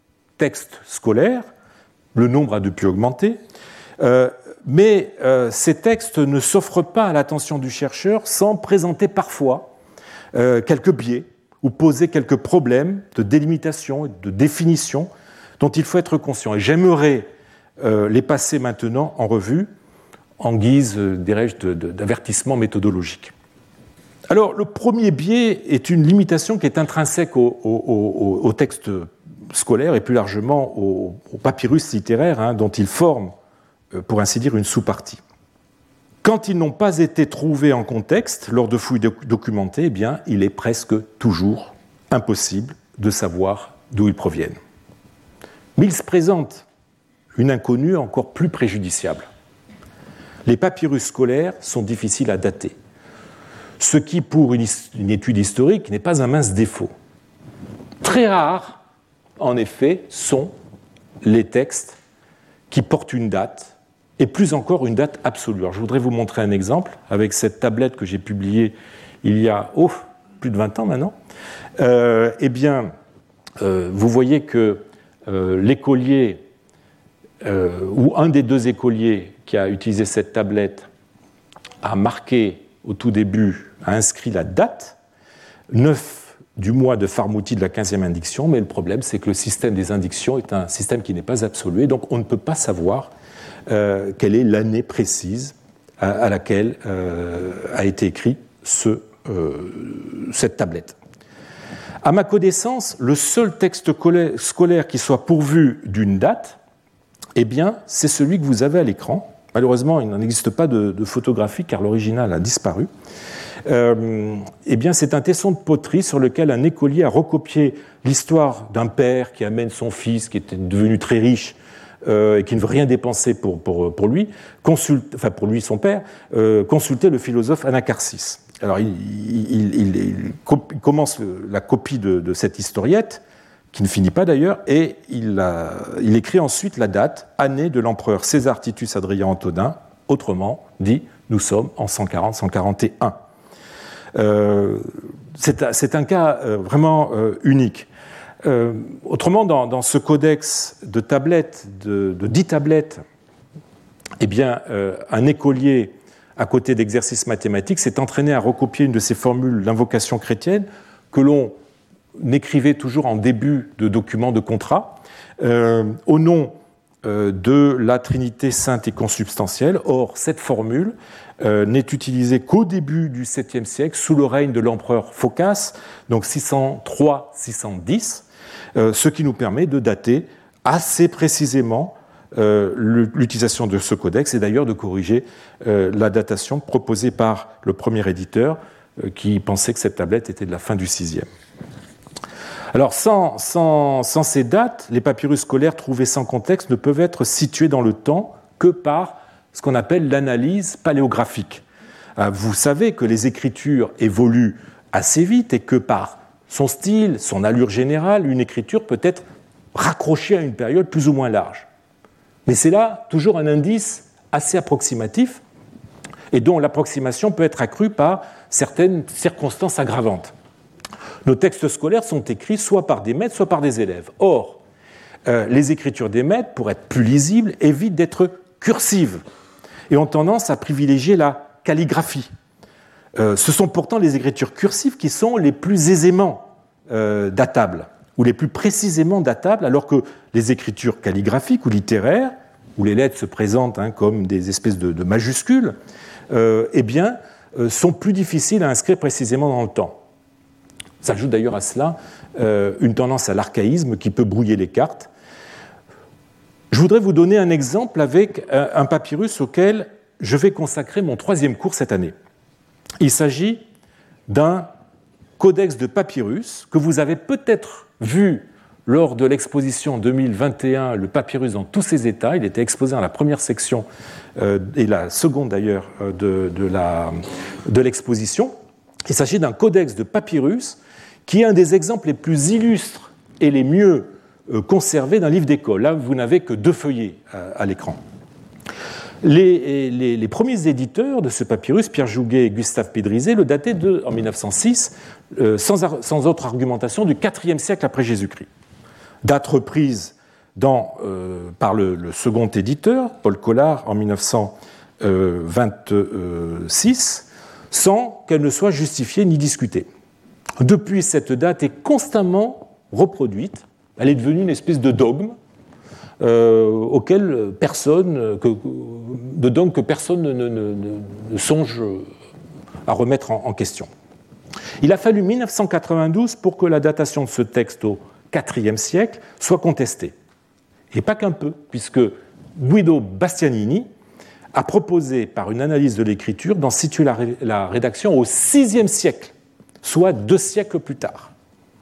textes scolaires. Le nombre a depuis augmenté, euh, mais euh, ces textes ne s'offrent pas à l'attention du chercheur sans présenter parfois euh, quelques biais ou poser quelques problèmes de délimitation et de définition dont il faut être conscient. Et j'aimerais euh, les passer maintenant en revue en guise, euh, dirais-je, de, de, d'avertissement méthodologique. Alors, le premier biais est une limitation qui est intrinsèque au, au, au, au texte scolaire et plus largement au, au papyrus littéraire hein, dont ils forment, euh, pour ainsi dire, une sous-partie. Quand ils n'ont pas été trouvés en contexte lors de fouilles doc- documentées, eh bien, il est presque toujours impossible de savoir d'où ils proviennent. Mais ils se présentent une inconnue encore plus préjudiciable. Les papyrus scolaires sont difficiles à dater, ce qui, pour une, une étude historique, n'est pas un mince défaut. Très rares, en effet, sont les textes qui portent une date, et plus encore une date absolue. Alors, je voudrais vous montrer un exemple avec cette tablette que j'ai publiée il y a oh, plus de vingt ans maintenant. Euh, eh bien, euh, vous voyez que euh, l'écolier, euh, ou un des deux écoliers qui a utilisé cette tablette, a marqué au tout début, a inscrit la date, neuf du mois de Farmouti de la quinzième indiction, mais le problème, c'est que le système des indictions est un système qui n'est pas absolu, donc on ne peut pas savoir euh, quelle est l'année précise à, à laquelle euh, a été écrit ce, euh, cette tablette. À ma connaissance, le seul texte scolaire qui soit pourvu d'une date, eh bien, c'est celui que vous avez à l'écran. Malheureusement, il n'en existe pas de, de photographie, car l'original a disparu. Euh, eh bien, c'est un tesson de poterie sur lequel un écolier a recopié l'histoire d'un père qui amène son fils, qui était devenu très riche euh, et qui ne veut rien dépenser pour, pour, pour lui, consulte, enfin pour lui, son père, euh, consulter le philosophe Anacharsis. alors il, il, il, il commence la copie de, de cette historiette, qui ne finit pas d'ailleurs, et il, a, il écrit ensuite la date, année de l'empereur César Titus Adrien Antonin, autrement dit, nous sommes en cent quarante cent quarante et un. Euh, c'est, c'est un cas euh, vraiment euh, unique. Euh, autrement, dans, dans ce codex de tablettes, de, de dix tablettes, eh bien, euh, un écolier, à côté d'exercices mathématiques, s'est entraîné à recopier une de ces formules d'invocation chrétienne que l'on écrivait toujours en début de documents de contrat, euh, au nom euh, de la Trinité sainte et consubstantielle. Or, cette formule euh, n'est utilisée qu'au début du septième siècle, sous le règne de l'empereur Phocas, donc six cent trois six cent dix, euh, ce qui nous permet de dater assez précisément euh, l'utilisation de ce codex, et d'ailleurs de corriger euh, la datation proposée par le premier éditeur, euh, qui pensait que cette tablette était de la fin du sixième. Alors, sans, sans, sans ces dates, les papyrus scolaires trouvés sans contexte ne peuvent être situés dans le temps que par ce qu'on appelle l'analyse paléographique. Vous savez que les écritures évoluent assez vite et que par son style, son allure générale, une écriture peut être raccrochée à une période plus ou moins large. Mais c'est là toujours un indice assez approximatif et dont l'approximation peut être accrue par certaines circonstances aggravantes. Nos textes scolaires sont écrits soit par des maîtres, soit par des élèves. Or, euh, les écritures des maîtres, pour être plus lisibles, évitent d'être cursives et ont tendance à privilégier la calligraphie. Euh, ce sont pourtant les écritures cursives qui sont les plus aisément euh, datables, ou les plus précisément datables, alors que les écritures calligraphiques ou littéraires, où les lettres se présentent hein, comme des espèces de, de majuscules, euh, eh bien, euh, sont plus difficiles à inscrire précisément dans le temps. S'ajoute d'ailleurs à cela euh, une tendance à l'archaïsme qui peut brouiller les cartes. Je voudrais vous donner un exemple avec un, un papyrus auquel je vais consacrer mon troisième cours cette année. Il s'agit d'un codex de papyrus que vous avez peut-être vu lors de l'exposition deux mille vingt et un, le papyrus dans tous ses états. Il était exposé dans la première section euh, et la seconde d'ailleurs de, de, la, de l'exposition. Il s'agit d'un codex de papyrus qui est un des exemples les plus illustres et les mieux conservés d'un livre d'école. Là, vous n'avez que deux feuillets à l'écran. Les, les, les premiers éditeurs de ce papyrus, Pierre Jouguet et Gustave Pédrizet, le dataient de, en mille neuf cent six, euh, sans, sans autre argumentation, du quatrième siècle après Jésus-Christ. Date reprise dans, euh, par le, le second éditeur, Paul Collard, en mille neuf cent vingt-six, sans qu'elle ne soit justifiée ni discutée. Depuis, cette date est constamment reproduite. Elle est devenue une espèce de dogme euh, auquel personne, que, de dogme que personne ne, ne, ne, ne songe à remettre en, en question. Il a fallu mille neuf cent quatre-vingt-douze pour que la datation de ce texte au quatrième siècle soit contestée. Et pas qu'un peu, puisque Guido Bastianini a proposé, par une analyse de l'écriture, d'en situer la, ré, la rédaction au sixième siècle, soit deux siècles plus tard.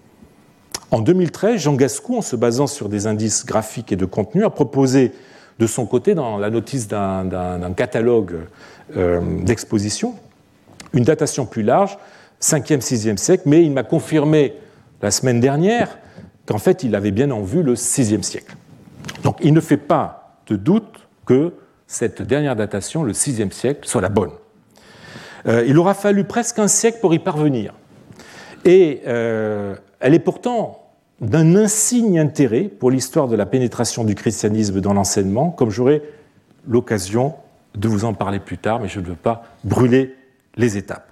En deux mille treize, Jean Gascou, en se basant sur des indices graphiques et de contenu, a proposé de son côté, dans la notice d'un, d'un, d'un catalogue euh, d'exposition, une datation plus large, cinquième, sixième siècle, mais il m'a confirmé la semaine dernière qu'en fait, il avait bien en vue le sixième siècle. Donc, il ne fait pas de doute que cette dernière datation, le sixième siècle, soit la bonne. Euh, il aura fallu presque un siècle pour y parvenir. Et euh, elle est pourtant d'un insigne intérêt pour l'histoire de la pénétration du christianisme dans l'enseignement, comme j'aurai l'occasion de vous en parler plus tard, mais je ne veux pas brûler les étapes.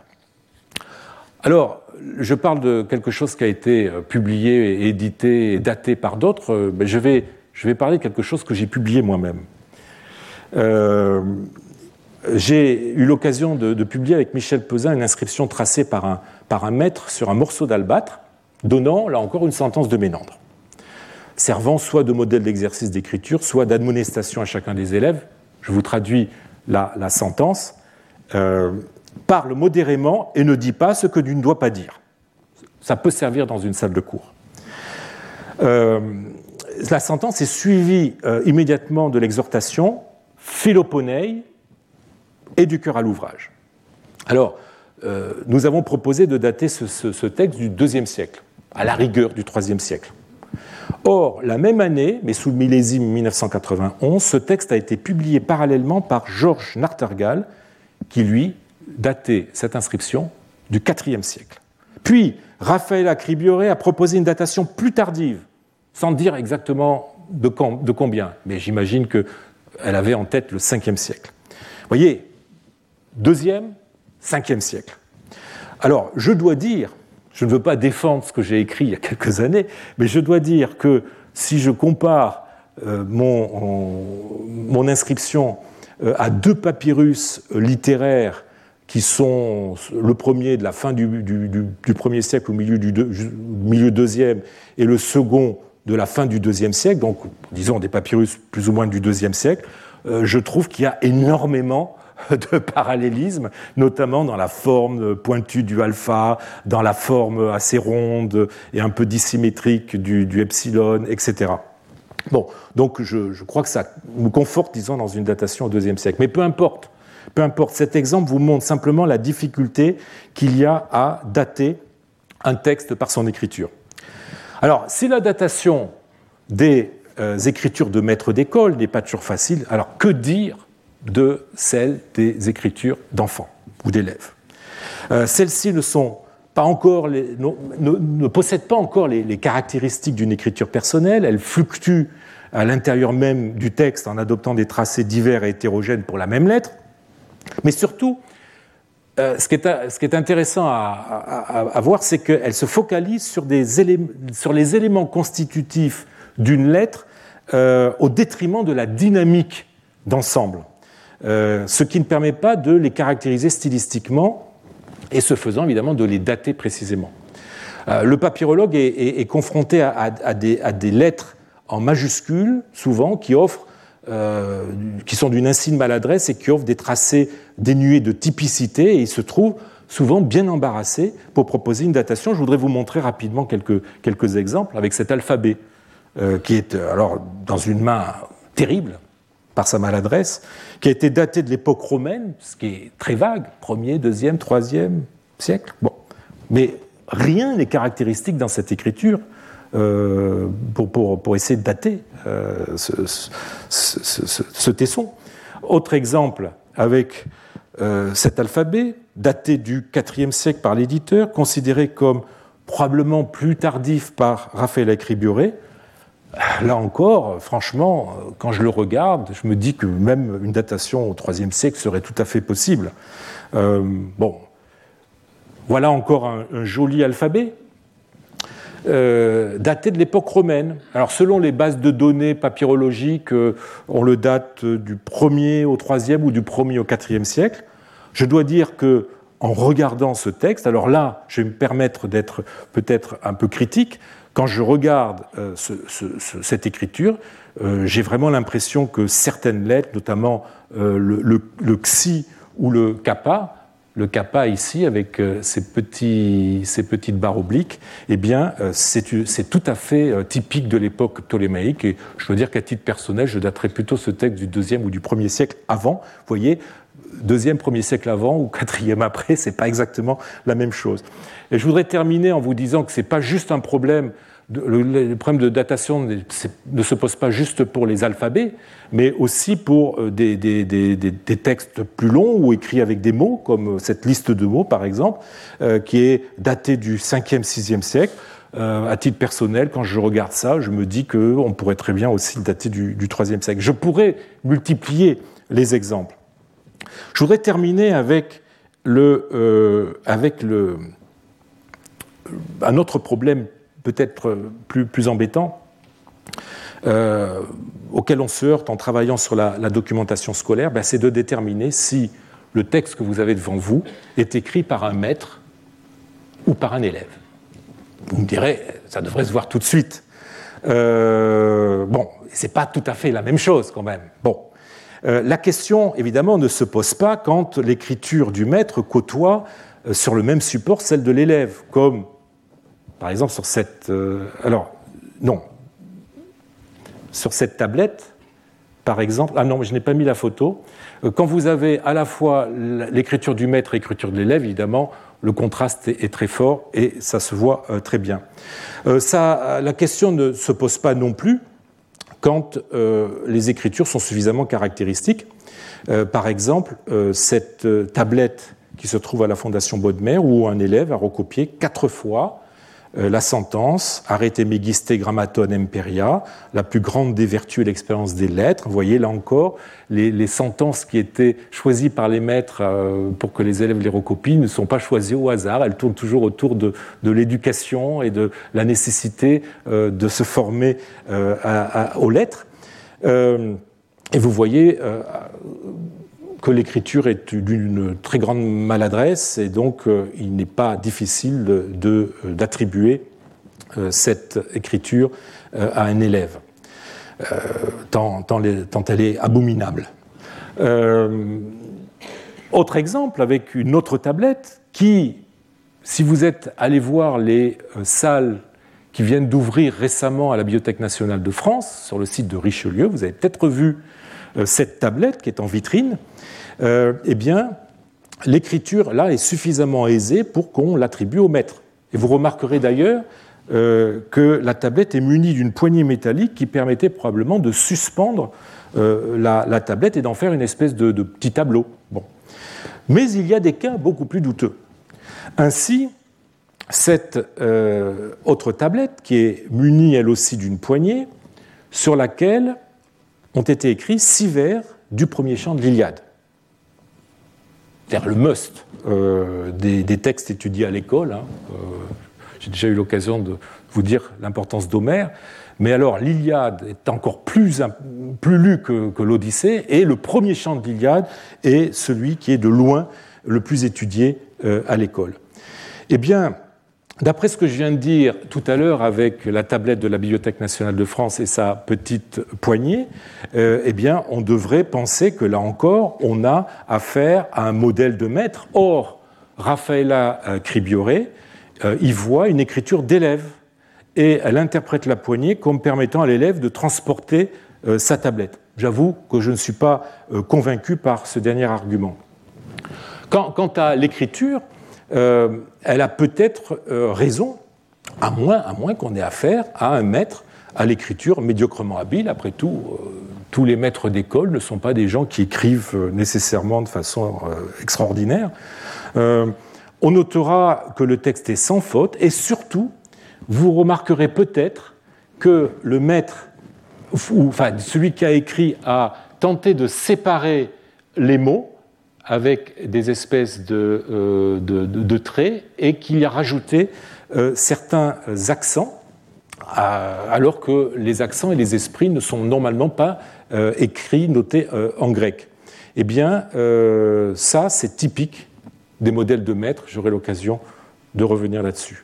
Alors, je parle de quelque chose qui a été publié, et édité et daté par d'autres, mais je vais, je vais parler de quelque chose que j'ai publié moi-même. Euh, j'ai eu l'occasion de, de publier avec Michel Pesin une inscription tracée par un, par un maître sur un morceau d'albâtre, donnant, là encore, une sentence de Ménandre, servant soit de modèle d'exercice d'écriture, soit d'admonestation à chacun des élèves. Je vous traduis la, la sentence. Euh, parle modérément et ne dit pas ce que tu ne dois pas dire. Ça peut servir dans une salle de cours. Euh, la sentence est suivie euh, immédiatement de l'exhortation Philoponei et du cœur à l'ouvrage. Alors, euh, nous avons proposé de dater ce, ce, ce texte du deuxième siècle, à la rigueur du troisième siècle. Or, la même année, mais sous le millésime mille neuf cent quatre-vingt-onze, ce texte a été publié parallèlement par Georges Nachtergal, qui, lui, datait cette inscription du quatrième siècle. Puis, Raphaël Acribioré a proposé une datation plus tardive, sans dire exactement de, quand, de combien, mais j'imagine qu'elle avait en tête le cinquième siècle. Vous voyez, deuxième, cinquième siècle. Alors, je dois dire, je ne veux pas défendre ce que j'ai écrit il y a quelques années, mais je dois dire que si je compare euh, mon, en, mon inscription euh, à deux papyrus littéraires qui sont le premier de la fin du, du, du, du premier siècle au milieu du deux, milieu deuxième et le second de la fin du deuxième siècle, donc disons des papyrus plus ou moins du deuxième siècle, euh, je trouve qu'il y a énormément de parallélisme, notamment dans la forme pointue du alpha, dans la forme assez ronde et un peu dissymétrique du, du epsilon, et cetera. Bon, donc je, je crois que ça nous conforte, disons, dans une datation au deuxième siècle. Mais peu importe, peu importe, cet exemple vous montre simplement la difficulté qu'il y a à dater un texte par son écriture. Alors, si la datation des euh, écritures de maîtres d'école n'est pas toujours facile, alors que dire de celles des écritures d'enfants ou d'élèves. Euh, celles-ci ne sont pas encore les, ne, ne, ne possèdent pas encore les, les caractéristiques d'une écriture personnelle, elles fluctuent à l'intérieur même du texte en adoptant des tracés divers et hétérogènes pour la même lettre, mais surtout, euh, ce, qui est, ce qui est intéressant à, à, à voir, c'est qu'elles se focalisent sur, des éléments, sur les éléments constitutifs d'une lettre euh, au détriment de la dynamique d'ensemble. Euh, ce qui ne permet pas de les caractériser stylistiquement et ce faisant évidemment de les dater précisément. Euh, le papyrologue est, est, est confronté à, à, à, des, à des lettres en majuscules, souvent, qui offrent, euh, qui sont d'une insigne maladresse et qui offrent des tracés dénués de typicité, et il se trouve souvent bien embarrassé pour proposer une datation. Je voudrais vous montrer rapidement quelques, quelques exemples avec cet alphabet euh, qui est alors dans une main terrible par sa maladresse, qui a été daté de l'époque romaine, ce qui est très vague, premier, deuxième, troisième siècle. Bon. Mais rien n'est caractéristique dans cette écriture euh, pour, pour, pour essayer de dater euh, ce, ce, ce, ce, ce tesson. Autre exemple avec euh, cet alphabet, daté du quatrième siècle par l'éditeur, considéré comme probablement plus tardif par Raphaël Acribioré. Là encore, franchement, quand je le regarde, je me dis que même une datation au troisième siècle serait tout à fait possible. Euh, bon, voilà encore un, un joli alphabet, euh, daté de l'époque romaine. Alors, selon les bases de données papyrologiques, euh, on le date du premier au troisième ou du premier au quatrième siècle. Je dois dire que, en regardant ce texte, alors là, je vais me permettre d'être peut-être un peu critique. Quand je regarde euh, ce, ce, ce, cette écriture, euh, j'ai vraiment l'impression que certaines lettres, notamment euh, le, le, le xi ou le kappa, le kappa ici avec euh, ces, petits, ces petites barres obliques, eh bien, euh, c'est, c'est tout à fait euh, typique de l'époque ptolémaïque. Et je dois dire qu'à titre personnel, je daterais plutôt ce texte du deuxième ou du premier siècle avant. Vous voyez, deuxième, premier siècle avant ou quatrième après, c'est pas exactement la même chose. Et je voudrais terminer en vous disant que c'est pas juste un problème. Le, le problème de datation ne se pose pas juste pour les alphabets, mais aussi pour des, des, des, des textes plus longs ou écrits avec des mots, comme cette liste de mots par exemple, euh, qui est datée du cinquième, sixième siècle. Euh, à titre personnel, quand je regarde ça, je me dis qu'on pourrait très bien aussi le dater du, du troisième siècle. Je pourrais multiplier les exemples. Je voudrais terminer avec, le, euh, avec le, un autre problème peut-être plus, plus embêtant, euh, auquel on se heurte en travaillant sur la, la documentation scolaire, ben c'est de déterminer si le texte que vous avez devant vous est écrit par un maître ou par un élève. Vous me direz, ça devrait se voir tout de suite. Euh, bon, c'est pas tout à fait la même chose quand même. Bon, euh, la question évidemment ne se pose pas quand l'écriture du maître côtoie euh, sur le même support celle de l'élève, comme par exemple, sur cette... Euh, alors, non. Sur cette tablette, par exemple, ah non, je n'ai pas mis la photo, quand vous avez à la fois l'écriture du maître et l'écriture de l'élève, évidemment, le contraste est très fort et ça se voit très bien. Ça, la question ne se pose pas non plus quand euh, les écritures sont suffisamment caractéristiques. Euh, par exemple, euh, cette euh, tablette qui se trouve à la Fondation Bodmer, où un élève a recopié quatre fois euh, la sentence « Arrete megiste grammaton imperia », la plus grande des vertus et l'expérience des lettres. Vous voyez, là encore, les, les sentences qui étaient choisies par les maîtres euh, pour que les élèves les recopient ne sont pas choisies au hasard. Elles tournent toujours autour de, de l'éducation et de la nécessité euh, de se former euh, à, à, aux lettres. Euh, et vous voyez euh, que l'écriture est d'une très grande maladresse et donc euh, il n'est pas difficile de, de, d'attribuer euh, cette écriture euh, à un élève, euh, tant, tant, les, tant elle est abominable. Euh, autre exemple avec une autre tablette qui, si vous êtes allé voir les euh, salles qui viennent d'ouvrir récemment à la Bibliothèque nationale de France, sur le site de Richelieu, vous avez peut-être vu euh, cette tablette qui est en vitrine. Euh, eh bien, l'écriture, là, est suffisamment aisée pour qu'on l'attribue au maître. Et vous remarquerez d'ailleurs euh, que la tablette est munie d'une poignée métallique qui permettait probablement de suspendre euh, la, la tablette et d'en faire une espèce de, de petit tableau. Bon. Mais il y a des cas beaucoup plus douteux. Ainsi, cette euh, autre tablette, qui est munie elle aussi d'une poignée, sur laquelle ont été écrits six vers du premier chant de l'Iliade. C'est-à-dire le must euh, des, des textes étudiés à l'école. Hein. Euh, j'ai déjà eu l'occasion de vous dire l'importance d'Homère. Mais alors, l'Iliade est encore plus, plus lu que, que l'Odyssée, et le premier chant de l'Iliade est celui qui est de loin le plus étudié euh, à l'école. Eh bien, d'après ce que je viens de dire tout à l'heure avec la tablette de la Bibliothèque nationale de France et sa petite poignée, euh, eh bien, on devrait penser que là encore, on a affaire à un modèle de maître. Or, Raffaella euh, Cribiore euh, y voit une écriture d'élève et elle interprète la poignée comme permettant à l'élève de transporter euh, sa tablette. J'avoue que je ne suis pas euh, convaincu par ce dernier argument. Quant, quant à l'écriture, Euh, elle a peut-être euh, raison, à moins, à moins qu'on ait affaire à un maître à l'écriture médiocrement habile. Après tout, euh, tous les maîtres d'école ne sont pas des gens qui écrivent euh, nécessairement de façon euh, extraordinaire. Euh, on notera que le texte est sans faute et surtout, vous remarquerez peut-être que le maître, ou enfin celui qui a écrit, a tenté de séparer les mots avec des espèces de, euh, de, de, de traits, et qu'il y a rajouté euh, certains accents, à, alors que les accents et les esprits ne sont normalement pas euh, écrits, notés euh, en grec. Eh bien, euh, ça, c'est typique des modèles de maître, j'aurai l'occasion de revenir là-dessus.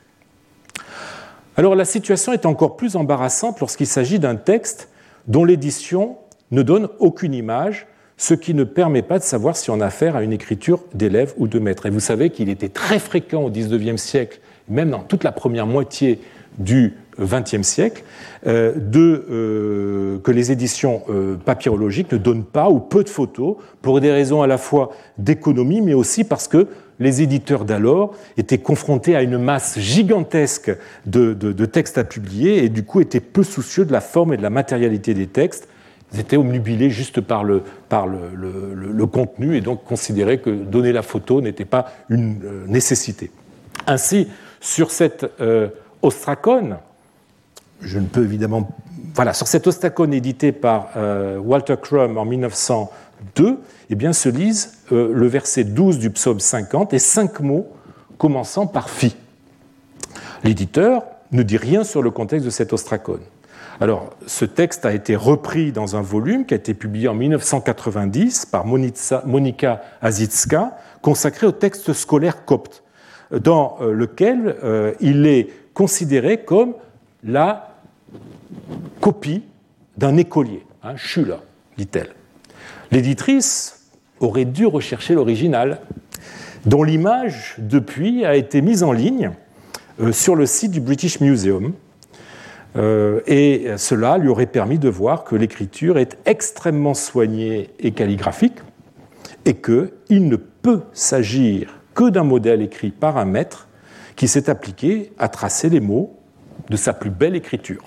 Alors, la situation est encore plus embarrassante lorsqu'il s'agit d'un texte dont l'édition ne donne aucune image, ce qui ne permet pas de savoir si on a affaire à une écriture d'élève ou de maître. Et vous savez qu'il était très fréquent au dix-neuvième siècle, même dans toute la première moitié du vingtième siècle, euh, de, euh, que les éditions euh, papyrologiques ne donnent pas ou peu de photos, pour des raisons à la fois d'économie, mais aussi parce que les éditeurs d'alors étaient confrontés à une masse gigantesque de, de, de textes à publier et du coup étaient peu soucieux de la forme et de la matérialité des textes. Ils étaient obnubilés juste par le, par le, le, le, le contenu et donc considéraient que donner la photo n'était pas une euh, nécessité. Ainsi, sur cette euh, ostracone, je ne peux évidemment... Voilà, sur cette ostracone éditée par euh, Walter Crum en mille neuf cent deux, eh bien, se lisent euh, le verset douze du psaume cinquante et cinq mots commençant par « fi ». L'éditeur ne dit rien sur le contexte de cette ostracone. Alors, ce texte a été repris dans un volume qui a été publié en mille neuf cent quatre-vingt-dix par Monika Azizka, consacré au texte scolaire copte, dans lequel euh, il est considéré comme la copie d'un écolier, hein, Schüler, dit-elle. L'éditrice aurait dû rechercher l'original, dont l'image, depuis, a été mise en ligne euh, sur le site du British Museum. Euh, et cela lui aurait permis de voir que l'écriture est extrêmement soignée et calligraphique, et qu'il ne peut s'agir que d'un modèle écrit par un maître qui s'est appliqué à tracer les mots de sa plus belle écriture.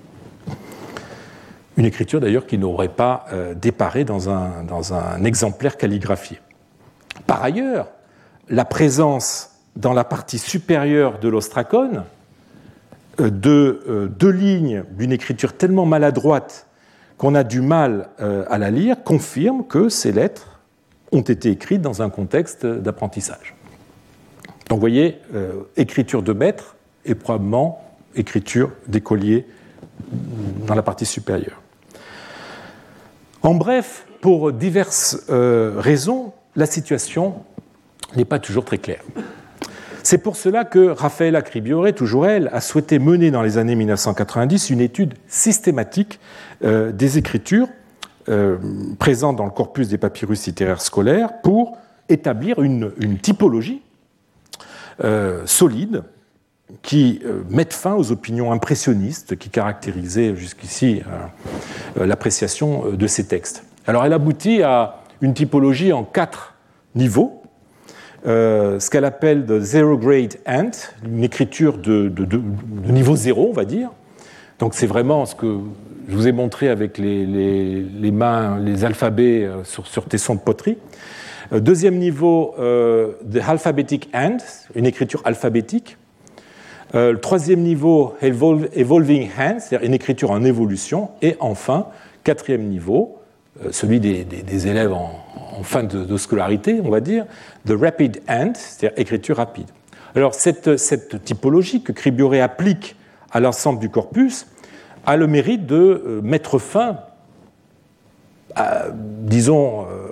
Une écriture d'ailleurs qui n'aurait pas euh, déparé dans un, dans un exemplaire calligraphié. Par ailleurs, la présence dans la partie supérieure de l'ostracone euh, de euh, deux lignes d'une écriture tellement maladroite qu'on a du mal euh, à la lire confirme que ces lettres ont été écrites dans un contexte d'apprentissage. Donc vous voyez, euh, écriture de maître et probablement écriture d'écolier dans la partie supérieure. En bref, pour diverses euh, raisons, la situation n'est pas toujours très claire. C'est pour cela que Raffaella Cribiore, toujours elle, a souhaité mener dans les années mille neuf cent quatre-vingt-dix une étude systématique euh, des écritures euh, présentes dans le corpus des papyrus littéraires scolaires pour établir une, une typologie euh, solide qui euh, mette fin aux opinions impressionnistes qui caractérisaient jusqu'ici euh, l'appréciation de ces textes. Alors elle aboutit à une typologie en quatre niveaux, euh, ce qu'elle appelle de zero grade ant, une écriture de, de, de, de niveau zéro, on va dire. Donc c'est vraiment ce que je vous ai montré avec les, les, les mains, les alphabets sur, sur tessons de poterie. Euh, deuxième niveau, euh, de alphabetic ant, une écriture alphabétique. Euh, le troisième niveau, Evolving Hand, c'est-à-dire une écriture en évolution. Et enfin, quatrième niveau, euh, celui des, des, des élèves en, en fin de, de scolarité, on va dire, The Rapid Hand, c'est-à-dire écriture rapide. Alors, cette, cette typologie que Cribiore applique à l'ensemble du corpus a le mérite de euh, mettre fin, à, disons, euh,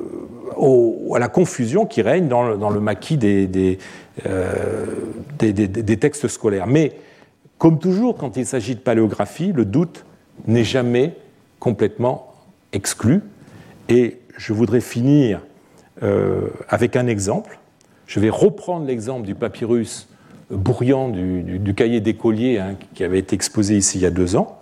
au, à la confusion qui règne dans le, dans le maquis des, des Euh, des, des, des textes scolaires. Mais, comme toujours, quand il s'agit de paléographie, le doute n'est jamais complètement exclu. Et je voudrais finir euh, avec un exemple. Je vais reprendre l'exemple du papyrus Bourrian du, du, du cahier d'écolier hein, qui avait été exposé ici il y a deux ans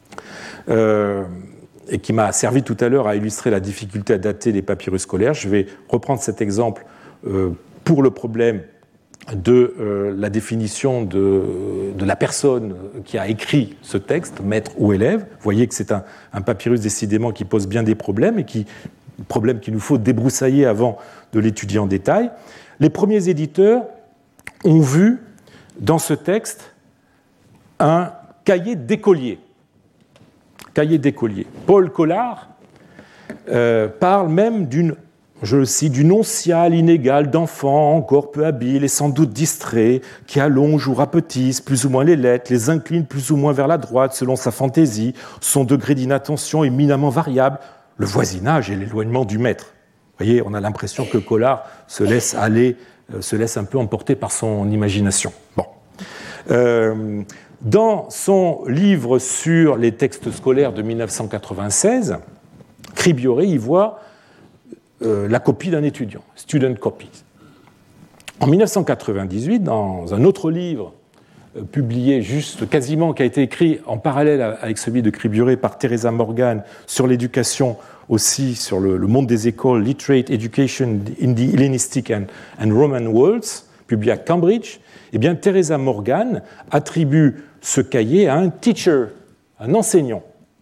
euh, et qui m'a servi tout à l'heure à illustrer la difficulté à dater les papyrus scolaires. Je vais reprendre cet exemple euh, pour le problème de euh, la définition de, de la personne qui a écrit ce texte, maître ou élève. Vous voyez que c'est un, un papyrus décidément qui pose bien des problèmes et qui, problèmes qu'il nous faut débroussailler avant de l'étudier en détail. Les premiers éditeurs ont vu dans ce texte un cahier d'écolier. Cahier d'écolier. Paul Collard euh, parle même d'une Je le cite, du nontial inégal d'enfants encore peu habiles et sans doute distraits, qui allonge ou rapetisse plus ou moins les lettres, les incline plus ou moins vers la droite selon sa fantaisie, son degré d'inattention est éminemment variable, le voisinage et l'éloignement du maître. Vous voyez, on a l'impression que Collard se laisse aller, euh, se laisse un peu emporter par son imagination. Bon. Euh, dans son livre sur les textes scolaires de mille neuf cent quatre-vingt-seize, Cribiore y voit Euh, la copie d'un étudiant, student copies. En mille neuf cent quatre-vingt-dix-huit, dans un autre livre euh, publié juste quasiment, qui a été écrit en parallèle avec celui de Cribiore par Teresa Morgan sur l'éducation, aussi sur le, le monde des écoles, Literate Education in the Hellenistic and, and Roman Worlds, publié à Cambridge, eh bien, Teresa Morgan attribue ce cahier à un teacher, un enseignant,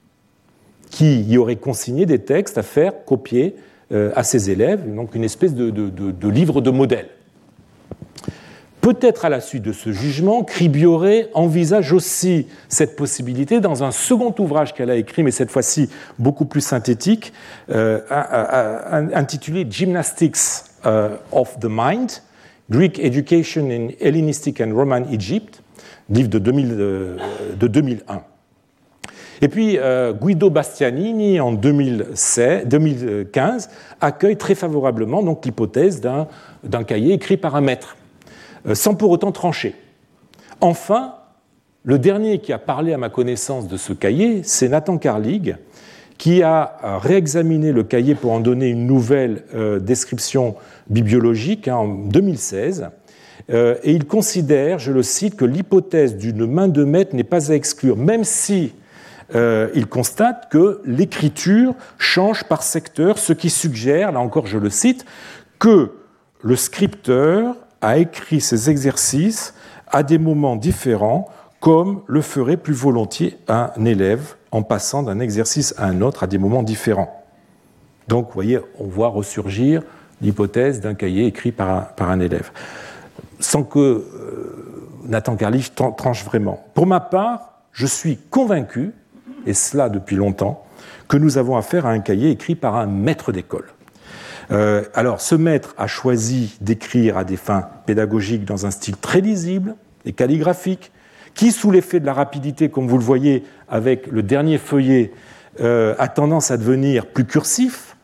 qui y aurait consigné des textes à faire copier à ses élèves, donc une espèce de, de, de, de livre de modèle. Peut-être à la suite de ce jugement, Cribiore envisage aussi cette possibilité dans un second ouvrage qu'elle a écrit, mais cette fois-ci beaucoup plus synthétique, euh, intitulé Gymnastics of the Mind, Greek Education in Hellenistic and Roman Egypt, livre de, deux mille, de deux mille un. Et puis, euh, Guido Bastianini, en deux mille quinze, accueille très favorablement donc, l'hypothèse d'un, d'un cahier écrit par un maître, euh, sans pour autant trancher. Enfin, le dernier qui a parlé à ma connaissance de ce cahier, c'est Nathan Carlig, qui a réexaminé le cahier pour en donner une nouvelle euh, description bibliologique hein, en deux mille seize, euh, et il considère, je le cite, que l'hypothèse d'une main de maître n'est pas à exclure, même si euh, il constate que l'écriture change par secteur, ce qui suggère, là encore je le cite, que le scripteur a écrit ses exercices à des moments différents, comme le ferait plus volontiers un élève en passant d'un exercice à un autre à des moments différents. Donc, vous voyez, on voit ressurgir l'hypothèse d'un cahier écrit par un, par un élève, sans que euh, Nathan Carlich tranche vraiment. Pour ma part, je suis convaincu, et cela depuis longtemps, que nous avons affaire à un cahier écrit par un maître d'école. Euh, alors, ce maître a choisi d'écrire à des fins pédagogiques dans un style très lisible et calligraphique, qui, sous l'effet de la rapidité, comme vous le voyez avec le dernier feuillet, euh, a tendance à devenir plus cursif,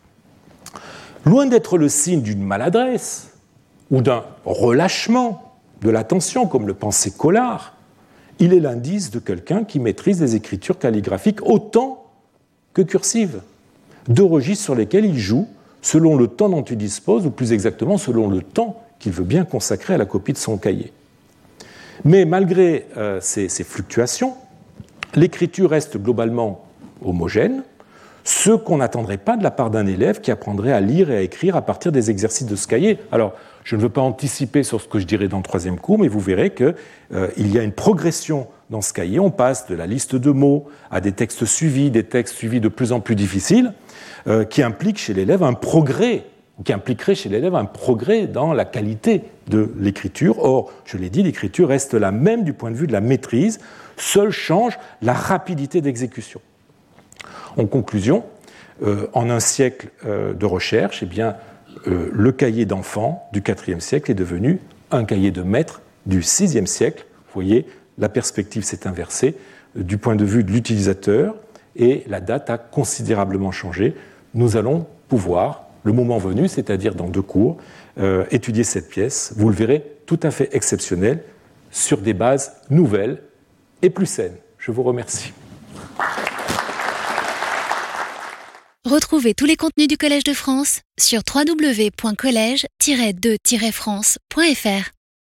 loin d'être le signe d'une maladresse ou d'un relâchement de l'attention, comme le pensait Collard, il est l'indice de quelqu'un qui maîtrise les écritures calligraphiques autant que cursives, deux registres sur lesquels il joue selon le temps dont il dispose, ou plus exactement selon le temps qu'il veut bien consacrer à la copie de son cahier. Mais malgré euh, ces, ces fluctuations, l'écriture reste globalement homogène, ce qu'on n'attendrait pas de la part d'un élève qui apprendrait à lire et à écrire à partir des exercices de ce cahier. Alors, je ne veux pas anticiper sur ce que je dirai dans le troisième cours, mais vous verrez qu'il euh, y a une progression dans ce cahier. On passe de la liste de mots à des textes suivis, des textes suivis de plus en plus difficiles, euh, qui impliquent chez l'élève un progrès, qui impliquerait chez l'élève un progrès dans la qualité de l'écriture. Or, je l'ai dit, l'écriture reste la même du point de vue de la maîtrise, seul change la rapidité d'exécution. En conclusion, euh, en un siècle euh, de recherche, eh bien, euh, le cahier d'enfant du quatrième siècle est devenu un cahier de maître du sixième siècle. Vous voyez, la perspective s'est inversée euh, du point de vue de l'utilisateur et la date a considérablement changé. Nous allons pouvoir, le moment venu, c'est-à-dire dans deux cours, euh, étudier cette pièce. Vous le verrez, tout à fait exceptionnelle, sur des bases nouvelles et plus saines. Je vous remercie. Retrouvez tous les contenus du Collège de France sur w w w point collège tiret de tiret france point f r.